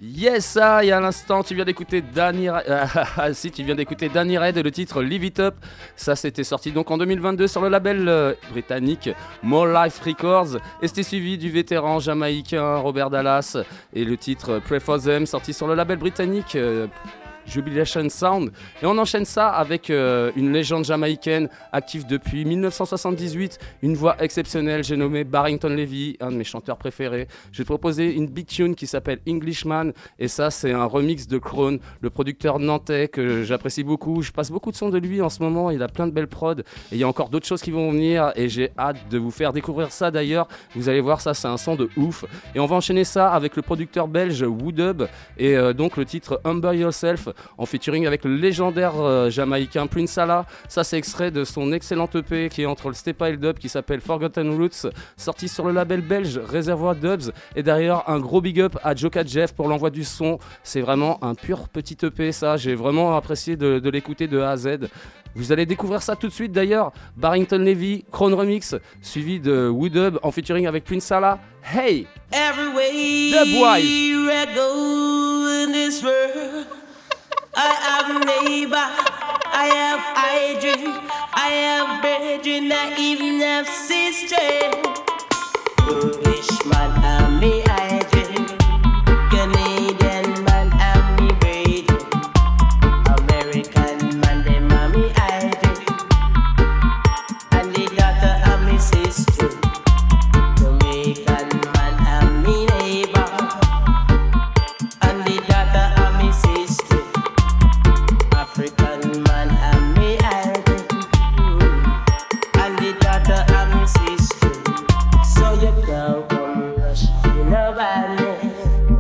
Yes, et à l'instant, tu viens d'écouter Danny Red et le titre Live It Up. Ça, c'était sorti donc en 2022 sur le label britannique More Life Records. Et c'était suivi du vétéran jamaïcain Robert Dallas et le titre Pray For Them, sorti sur le label britannique Jubilation Sound. Et on enchaîne ça avec une légende jamaïcaine active depuis 1978, une voix exceptionnelle, j'ai nommé Barrington Levy, un de mes chanteurs préférés. Je vais te proposer une big tune qui s'appelle Englishman, et ça c'est un remix de Krone, le producteur nantais que j'apprécie beaucoup. Je passe beaucoup de sons de lui en ce moment, il a plein de belles prods et il y a encore d'autres choses qui vont venir et j'ai hâte de vous faire découvrir ça d'ailleurs. Vous allez voir, ça c'est un son de ouf. Et on va enchaîner ça avec le producteur belge Woodub et donc le titre Humble Yourself en featuring avec le légendaire jamaïcain Prince Salah. Ça c'est extrait de son excellent EP qui est entre le Stepa et le dub qui s'appelle Forgotten Roots, sorti sur le label belge Réservoir Dubs. Et derrière un gros big up à Joka Jeff pour l'envoi du son. C'est vraiment un pur petit EP, ça j'ai vraiment apprécié de l'écouter de A à Z. Vous allez découvrir ça tout de suite d'ailleurs. Barrington Levy, Krone Remix, suivi de Woodub en featuring avec Prince Salah. Hey! Dubwise! I go in this world, I have a neighbor, I have hydrate, I have brethren, I even have sister. Englishman, I'm me hydrate, Canadian man, I'm me brethren, American man, them are me hydrate, and the daughter of me sister. Jamaican man, I'm me neighbor, and the daughter of me sister. African man, I'm me idol, and the daughter of me sister. So you can't come rush me no badness,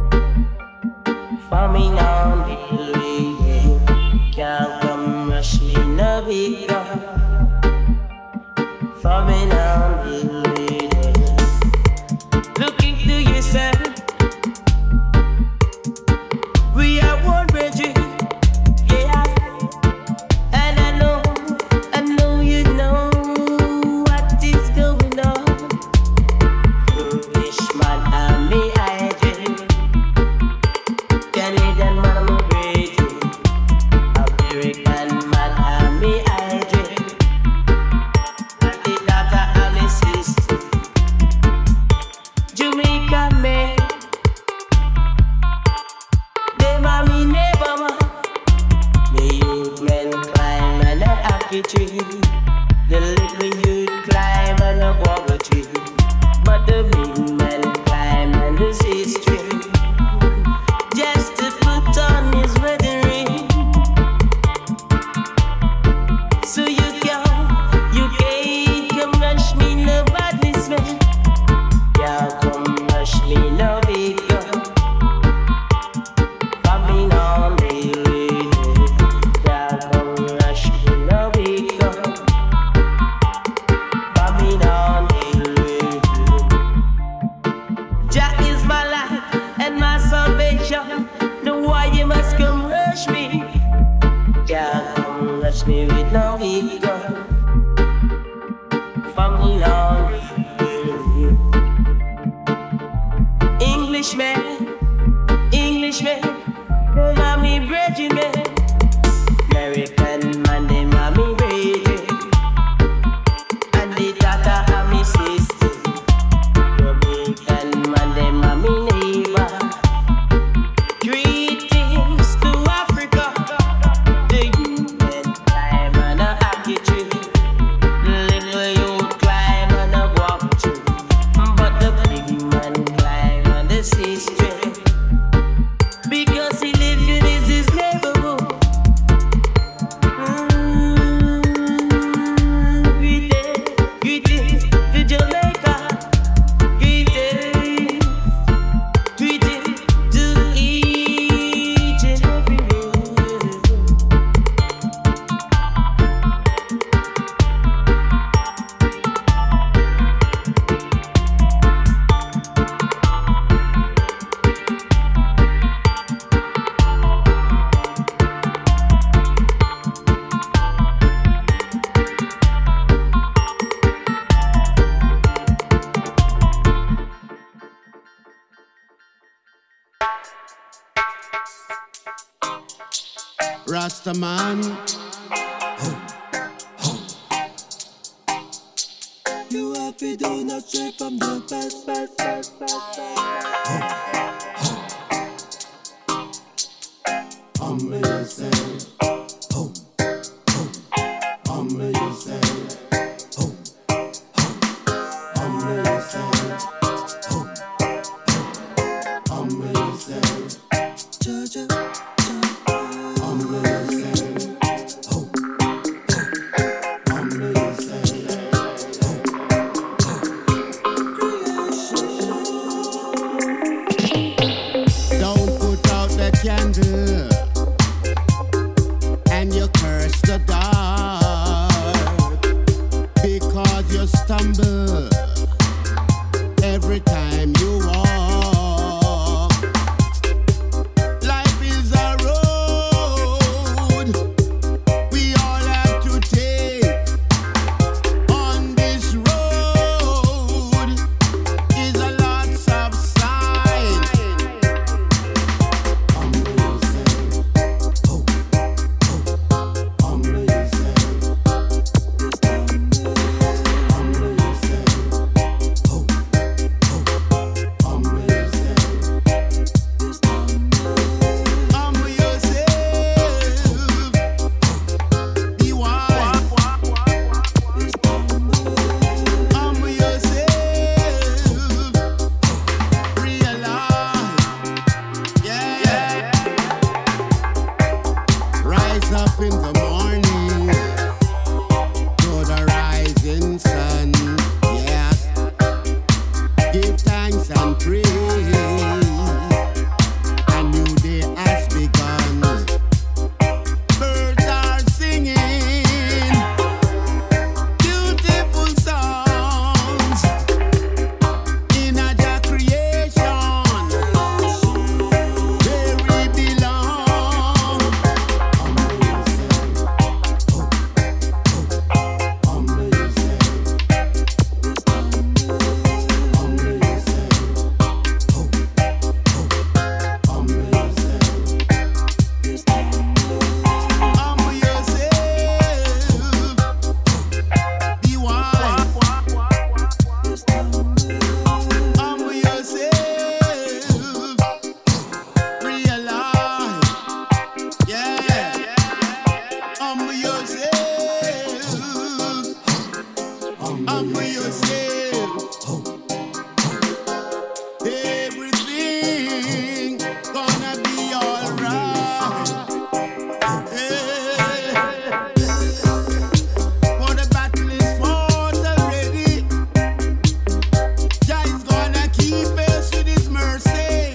for me now believe. Can't come rush me no big gun, for me now believe. Look into yourself, we are one brethren. Tree. The little youth climb and a guava tree, but the big man climb and his history, just to put on his wedding ring. So you can't come rush me no badness man, can't come rush me no big girl, for me on the way, can't come rush me no big girl. Jah is my life and my salvation. No why you must come rush me. Can't come rush me with no ego. From me on Englishman, they are me brethren. American man, they are me brethren. And the daughter of me sister. Jamaican man, them are me neighbor. Greetings to Africa, the human time and a happy tree. Rastaman. You have to do not stray from the past. Humble yourself. Humble yourself. Humble yourself. Humble yourself. Georgia. Humble yourself. Humble yourself. Don't put out the candle and you curse the dark because you stumble every time you walk. Life is a road we all have to take. On this road is a lots of signs. Humble yourself. Humble yourself. Humble yourself. Humble yourself. Humble yourself. Be wise. Humble yourself. Realize. Yeah. Rise up in the morning to the rising sun. Yes. Give thanks and praise. A new day has begun. Birds are singing beautiful songs in a Jah creation where we belong. Humble yourself. Humble yourself. Humble yourself. Humble yourself. Humble yourself. Be wise. Humble yourself. Realize. Yeah. Humble yourself. Humble yourself. Everything gonna be alright. For the battle is fought already. Jah is gonna keep us with His mercy.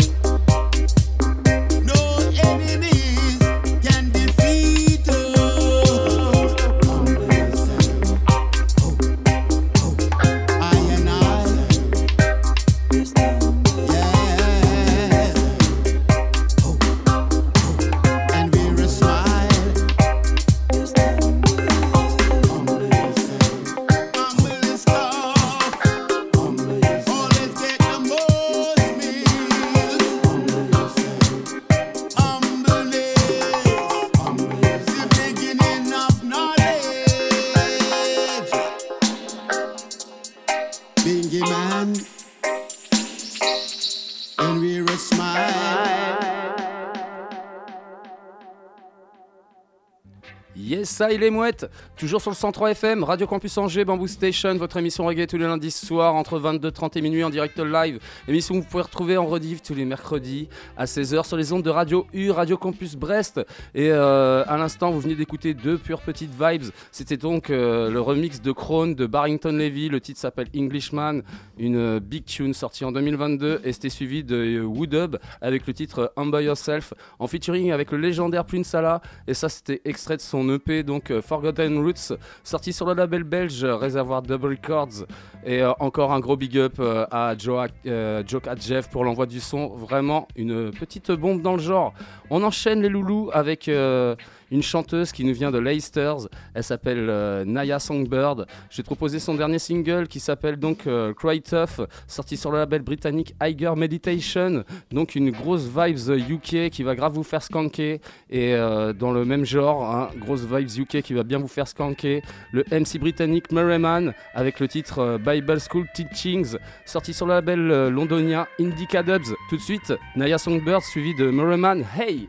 No enemies can defeat us. Humble yourself. I and I. Yes. And we're a smile. Humble yourself. Humble is tough. Humble yourself. Always get the most meals. Humble yourself. Humbleness. Humble yourself. The beginning of knowledge. Bingy man. And we're a smile. Yes, ça, il est mouette. Toujours sur le 103 FM, Radio Campus Angers, Bamboo Station, votre émission reggae tous les lundis soirs entre 22h30 et minuit en direct live. Émission que vous pouvez retrouver en rediff tous les mercredis à 16h sur les ondes de Radio U, Radio Campus Brest. Et à l'instant, vous venez d'écouter deux pures petites vibes. C'était donc le remix de Krone de Barrington Levy. Le titre s'appelle Englishman, une big tune sortie en 2022. Et c'était suivi de Woodub avec le titre Humble Yourself en featuring avec le légendaire Prince Salah. Et ça, c'était extrait de son EP, donc Forgotten Roots, sorti sur le label belge Réservoir Double Records. Et encore un gros big up à Joka Jeff pour l'envoi du son. Vraiment une petite bombe dans le genre. On enchaîne les loulous avec une chanteuse qui nous vient de Leicester. Elle s'appelle Naya Songbird. Je vais te proposer son dernier single qui s'appelle donc Cry Tough, sorti sur le label britannique Higher Meditation. Donc une grosse vibes UK qui va grave vous faire skanker. Et dans le même genre, hein, grosse vibes UK qui va bien vous faire skanker. Le MC britannique Merriman avec le titre Bible School Teachings, sorti sur le label londonien Indica Dubs. Tout de suite, Naya Songbird suivi de Merriman. Hey!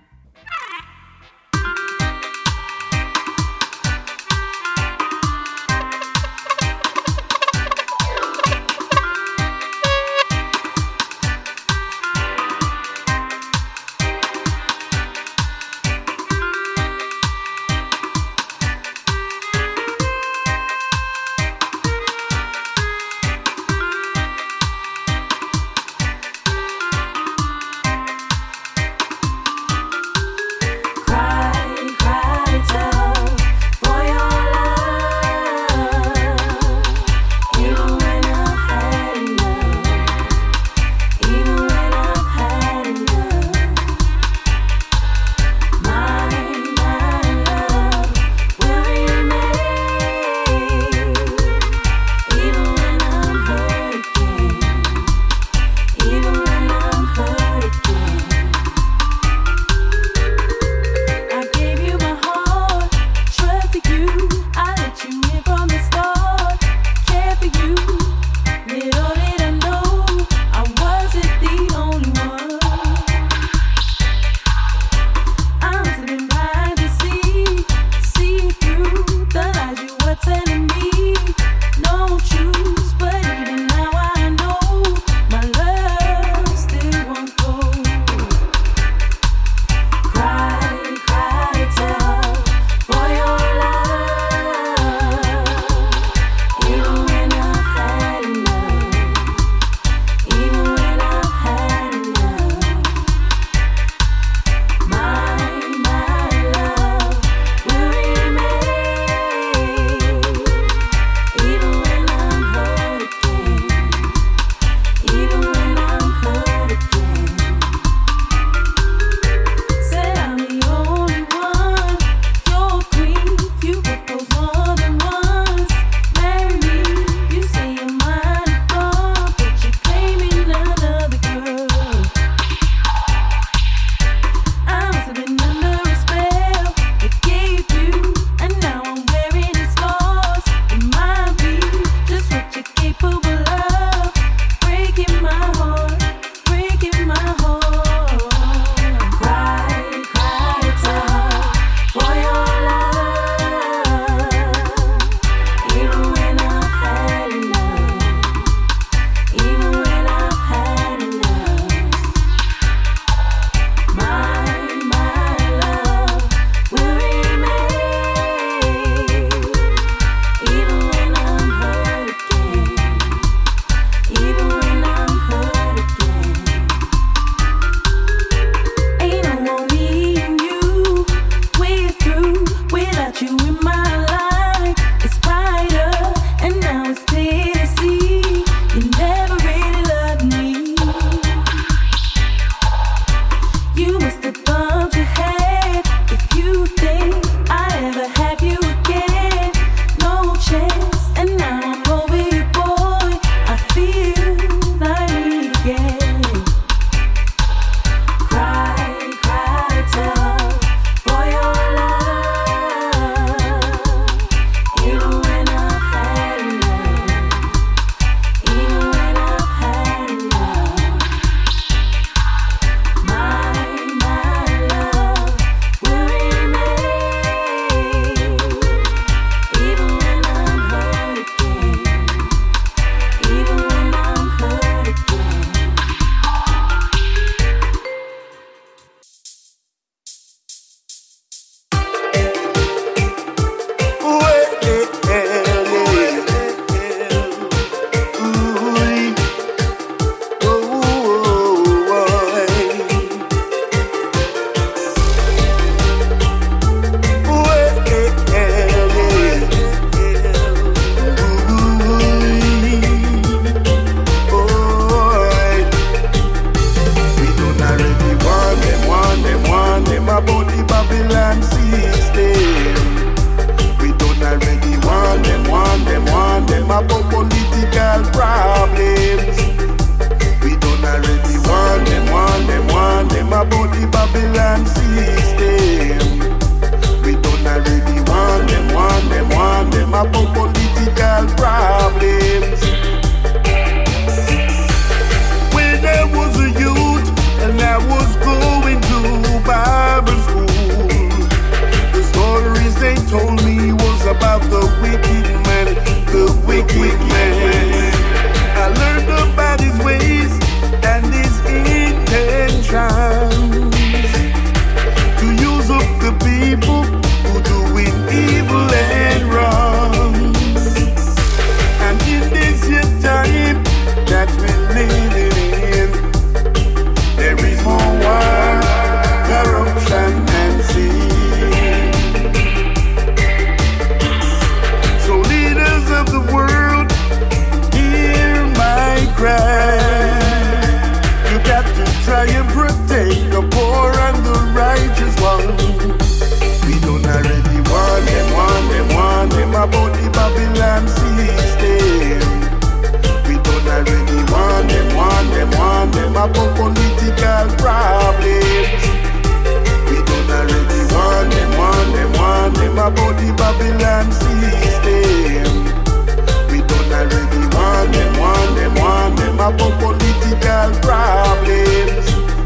about the Babylon system. We don't already want them about political problems. We don't already want them about the Babylon system. We don't already want them about political problems.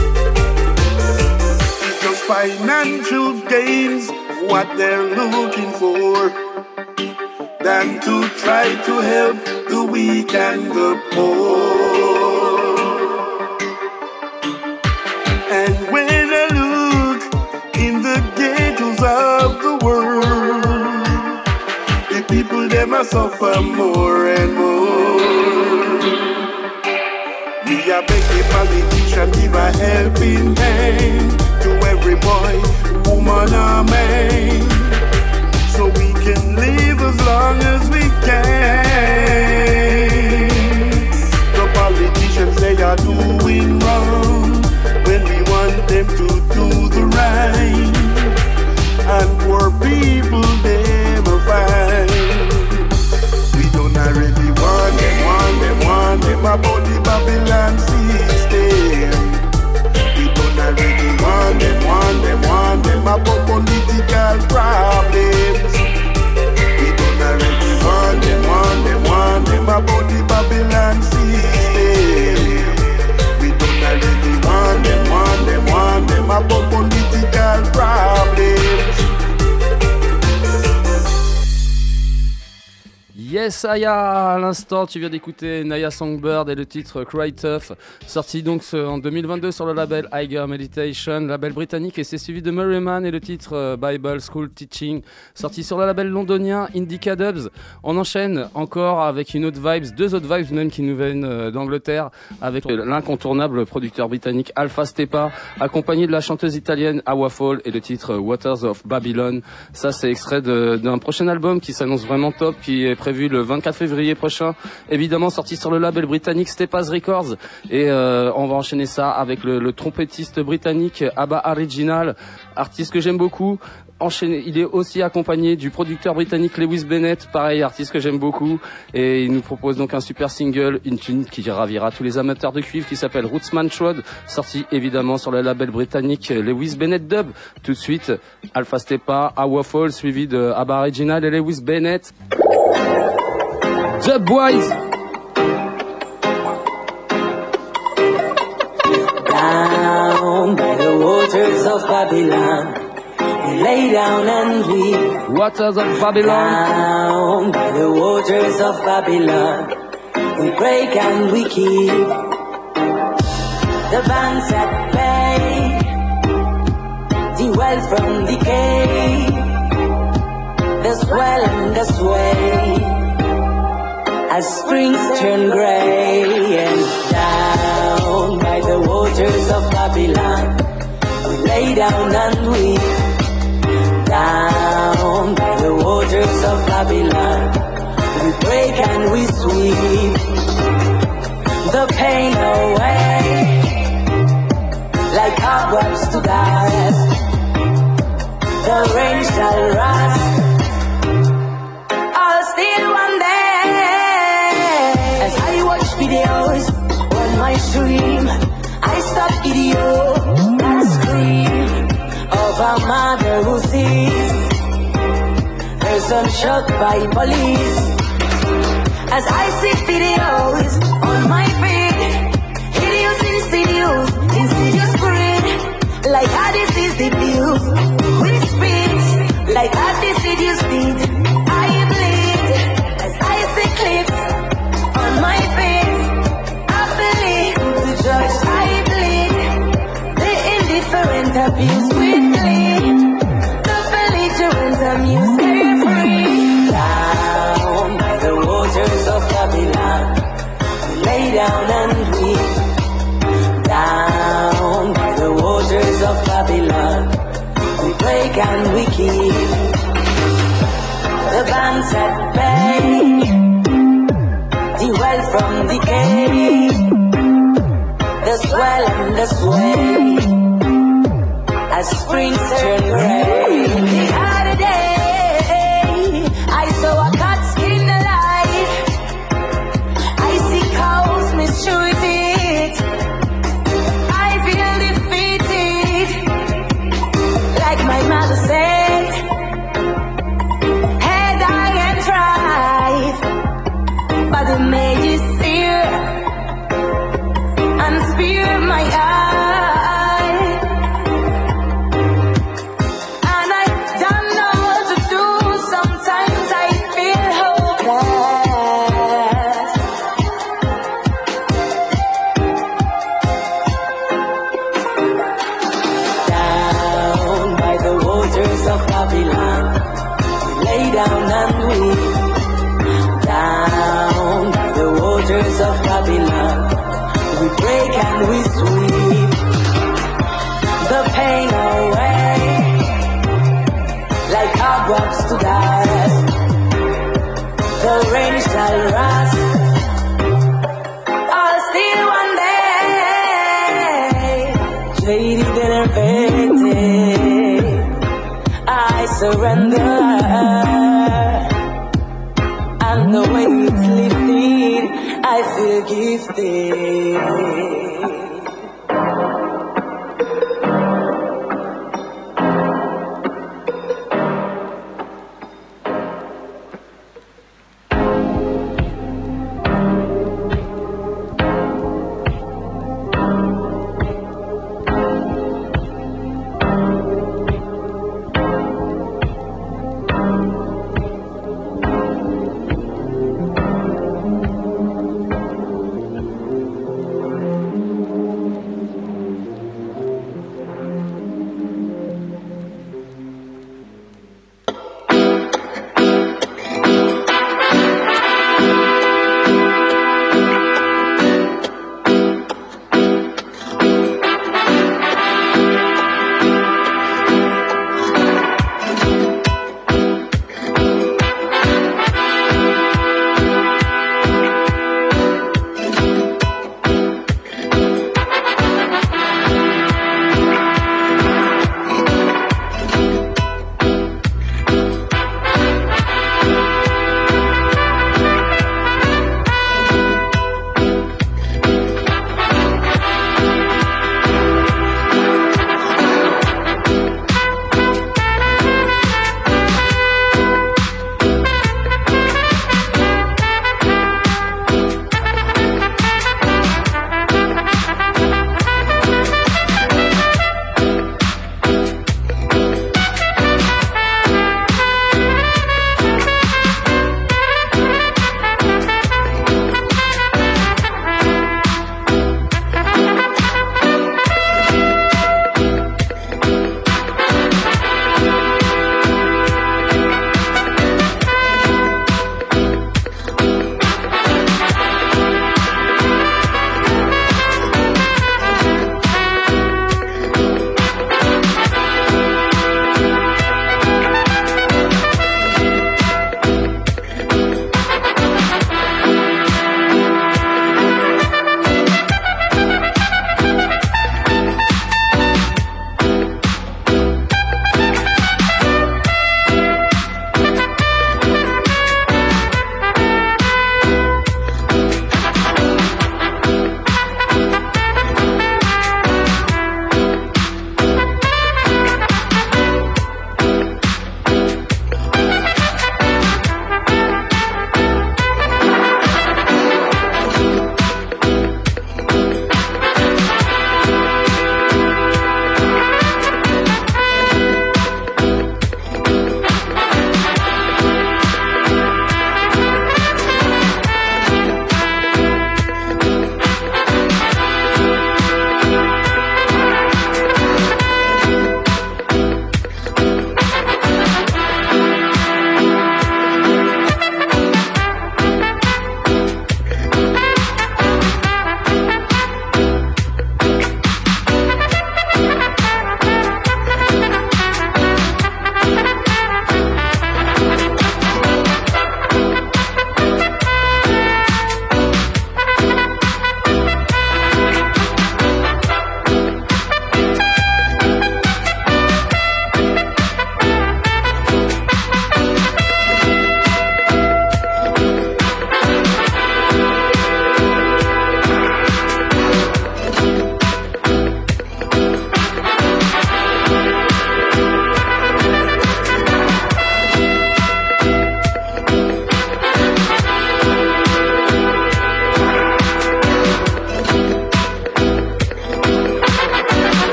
It's just financial gains, what they're looking for, than to try to help the weak and the poor. And when I look in the ghettos of the world, the people them a suffer more and more. We are beg the politician give a helping hand to every boy, woman or man, so we can live as long as we can. The politicians, they are doing wrong when we want them to do the right, and poor people them are fine. We don't already want them about the Babylon system. We don't already want them about political problems. We don't already want them about the Babylon system. We don't already want them about political problems. Yes, Aya, à l'instant, tu viens d'écouter Naya Songbird et le titre Cry Tough, sorti donc en 2022 sur le label Higher Meditation, label britannique, et c'est suivi de Merriman et le titre Bible School Teaching, sorti sur le label londonien Indica Dubs. On enchaîne encore avec une autre vibes, deux autres vibes même qui nous viennent d'Angleterre, avec l'incontournable producteur britannique Alpha Stepa, accompagné de la chanteuse italienne Awa Fall et le titre Waters of Babylon. Ça, c'est extrait d'un prochain album qui s'annonce vraiment top, qui est prévu le 24 février prochain, évidemment sorti sur le label britannique Stepa's Records, et on va enchaîner ça avec le trompettiste britannique Abba Original, artiste que j'aime beaucoup. Il est aussi accompagné du producteur britannique Lewis Bennett, pareil, artiste que j'aime beaucoup, et il nous propose donc un super single, une tune qui ravira tous les amateurs de cuivre, qui s'appelle Rootsman Trod, sorti évidemment sur le label britannique Lewis Bennett Dub. Tout de suite, Alpha Stepa, Awa Fall, suivi de Abba Original et Lewis Bennett. The Boys. Down by the waters of Babylon, we lay down and weep. Waters of Babylon. Down by the waters of Babylon, we break and we keep. The bands at bay, the wealth from decay, the swell and the sway, as springs turn grey. And down by the waters of Babylon, we lay down and weep. Down by the waters of Babylon, we break and we sweep the pain away, like cobwebs to dust. The rain shall rust, all still one day. As I watch videos on my stream, I stop video and scream of a mother who sees her son shot by police. As I see videos on my feed, insidious grin, like a disease diffuse, which speeds like a disease speed. I bleed as I see clips on my face. I believe the judge, I bleed the indifferent abuse quickly, the belligerent amuse carefree. Down by the waters of Babylon, we lay down and weep. Down by the waters of Babylon, we break and we keep. The bands at bay, the wealth from decay, the swell and the sway, as springs turn grey. The other day, I saw a down and weep. Down the waters of Babylon, we break and we sweep the pain away, like cobwebs to dust. The rain shall rust, all still one day, jaded and faded, I surrender. And the way it's lifted, I feel gifted.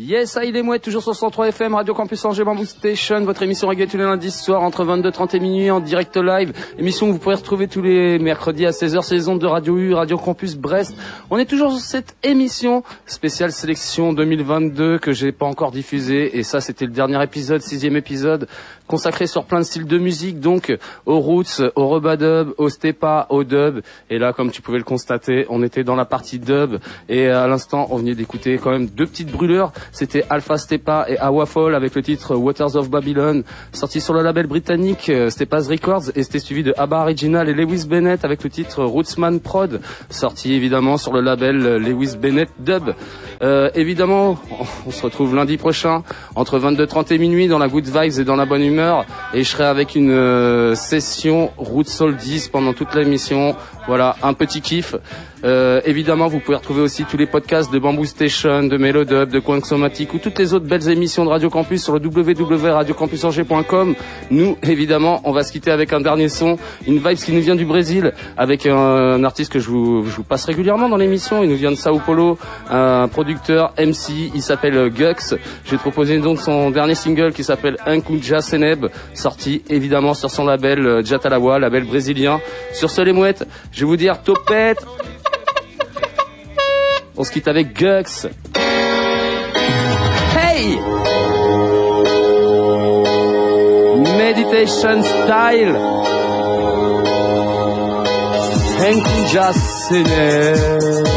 Yes, il est mouette, toujours sur 103 FM, Radio Campus Angers, Bamboo Station, votre émission reggae tous les lundis soirs entre 22h30 et minuit en direct live. Émission que vous pourrez retrouver tous les mercredis à 16h, saison de Radio U, Radio Campus Brest. On est toujours sur cette émission spéciale sélection 2022 que j'ai pas encore diffusée. Et ça, c'était le dernier épisode, 6e épisode, consacré sur plein de styles de musique, donc aux roots, au rubadub, au stepa, au dub. Et là, comme tu pouvais le constater, on était dans la partie dub. Et à l'instant, on venait d'écouter quand même deux petites brûleurs. C'était Alpha Stepa et Awafol avec le titre Waters of Babylon, sorti sur le label britannique Stepa's Records, et c'était suivi de Abba Original et Lewis Bennett avec le titre Rootsman Prod, sorti évidemment sur le label Lewis Bennett Dub. Évidemment, on se retrouve lundi prochain entre 22h30 et minuit dans la good vibes et dans la bonne humeur, et je serai avec une session Roots Soul 10 pendant toute l'émission. Voilà, un petit kiff. Évidemment, vous pouvez retrouver aussi tous les podcasts de Bamboo Station, de Melodub, de Quanxomatic ou toutes les autres belles émissions de Radio Campus sur le www.radiocampusangers.com. Nous, évidemment, on va se quitter avec un dernier son, une vibe qui nous vient du Brésil, avec un artiste que je vous passe régulièrement dans l'émission. Il nous vient de Sao Paulo, un producteur MC, il s'appelle Gux. Je vais te proposer donc son dernier single qui s'appelle Unkuja Seneb, sorti évidemment sur son label Jatalawa, label brésilien. Sur ce, les mouettes, je vais vous dire topette. On se quitte avec Gux. Hey! Meditation style. Unkuja Seneb.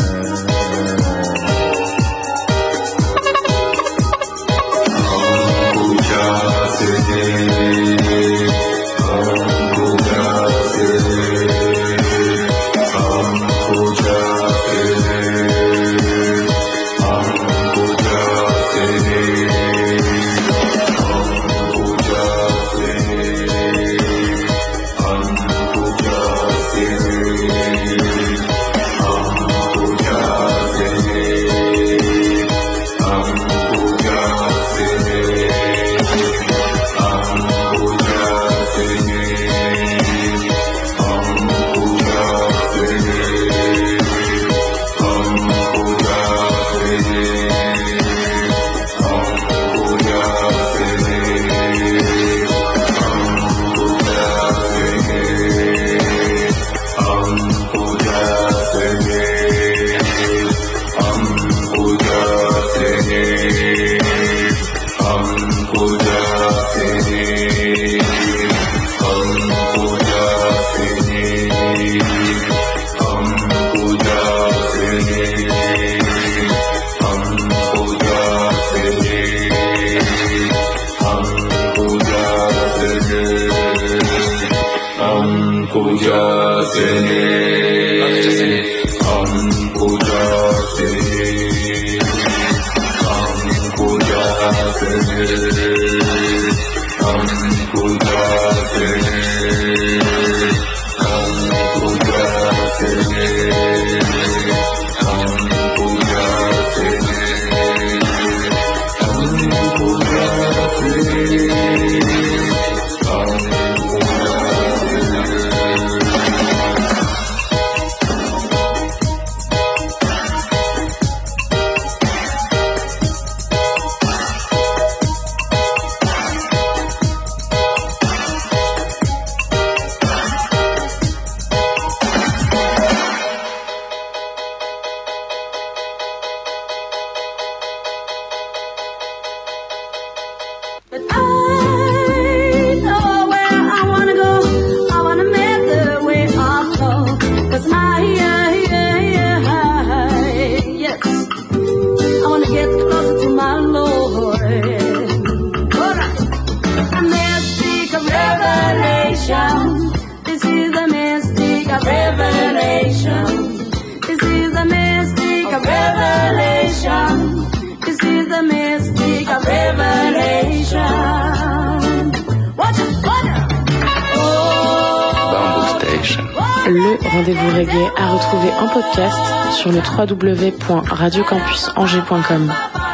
Le rendez-vous reggae à retrouver en podcast sur le www.radiocampusangers.com.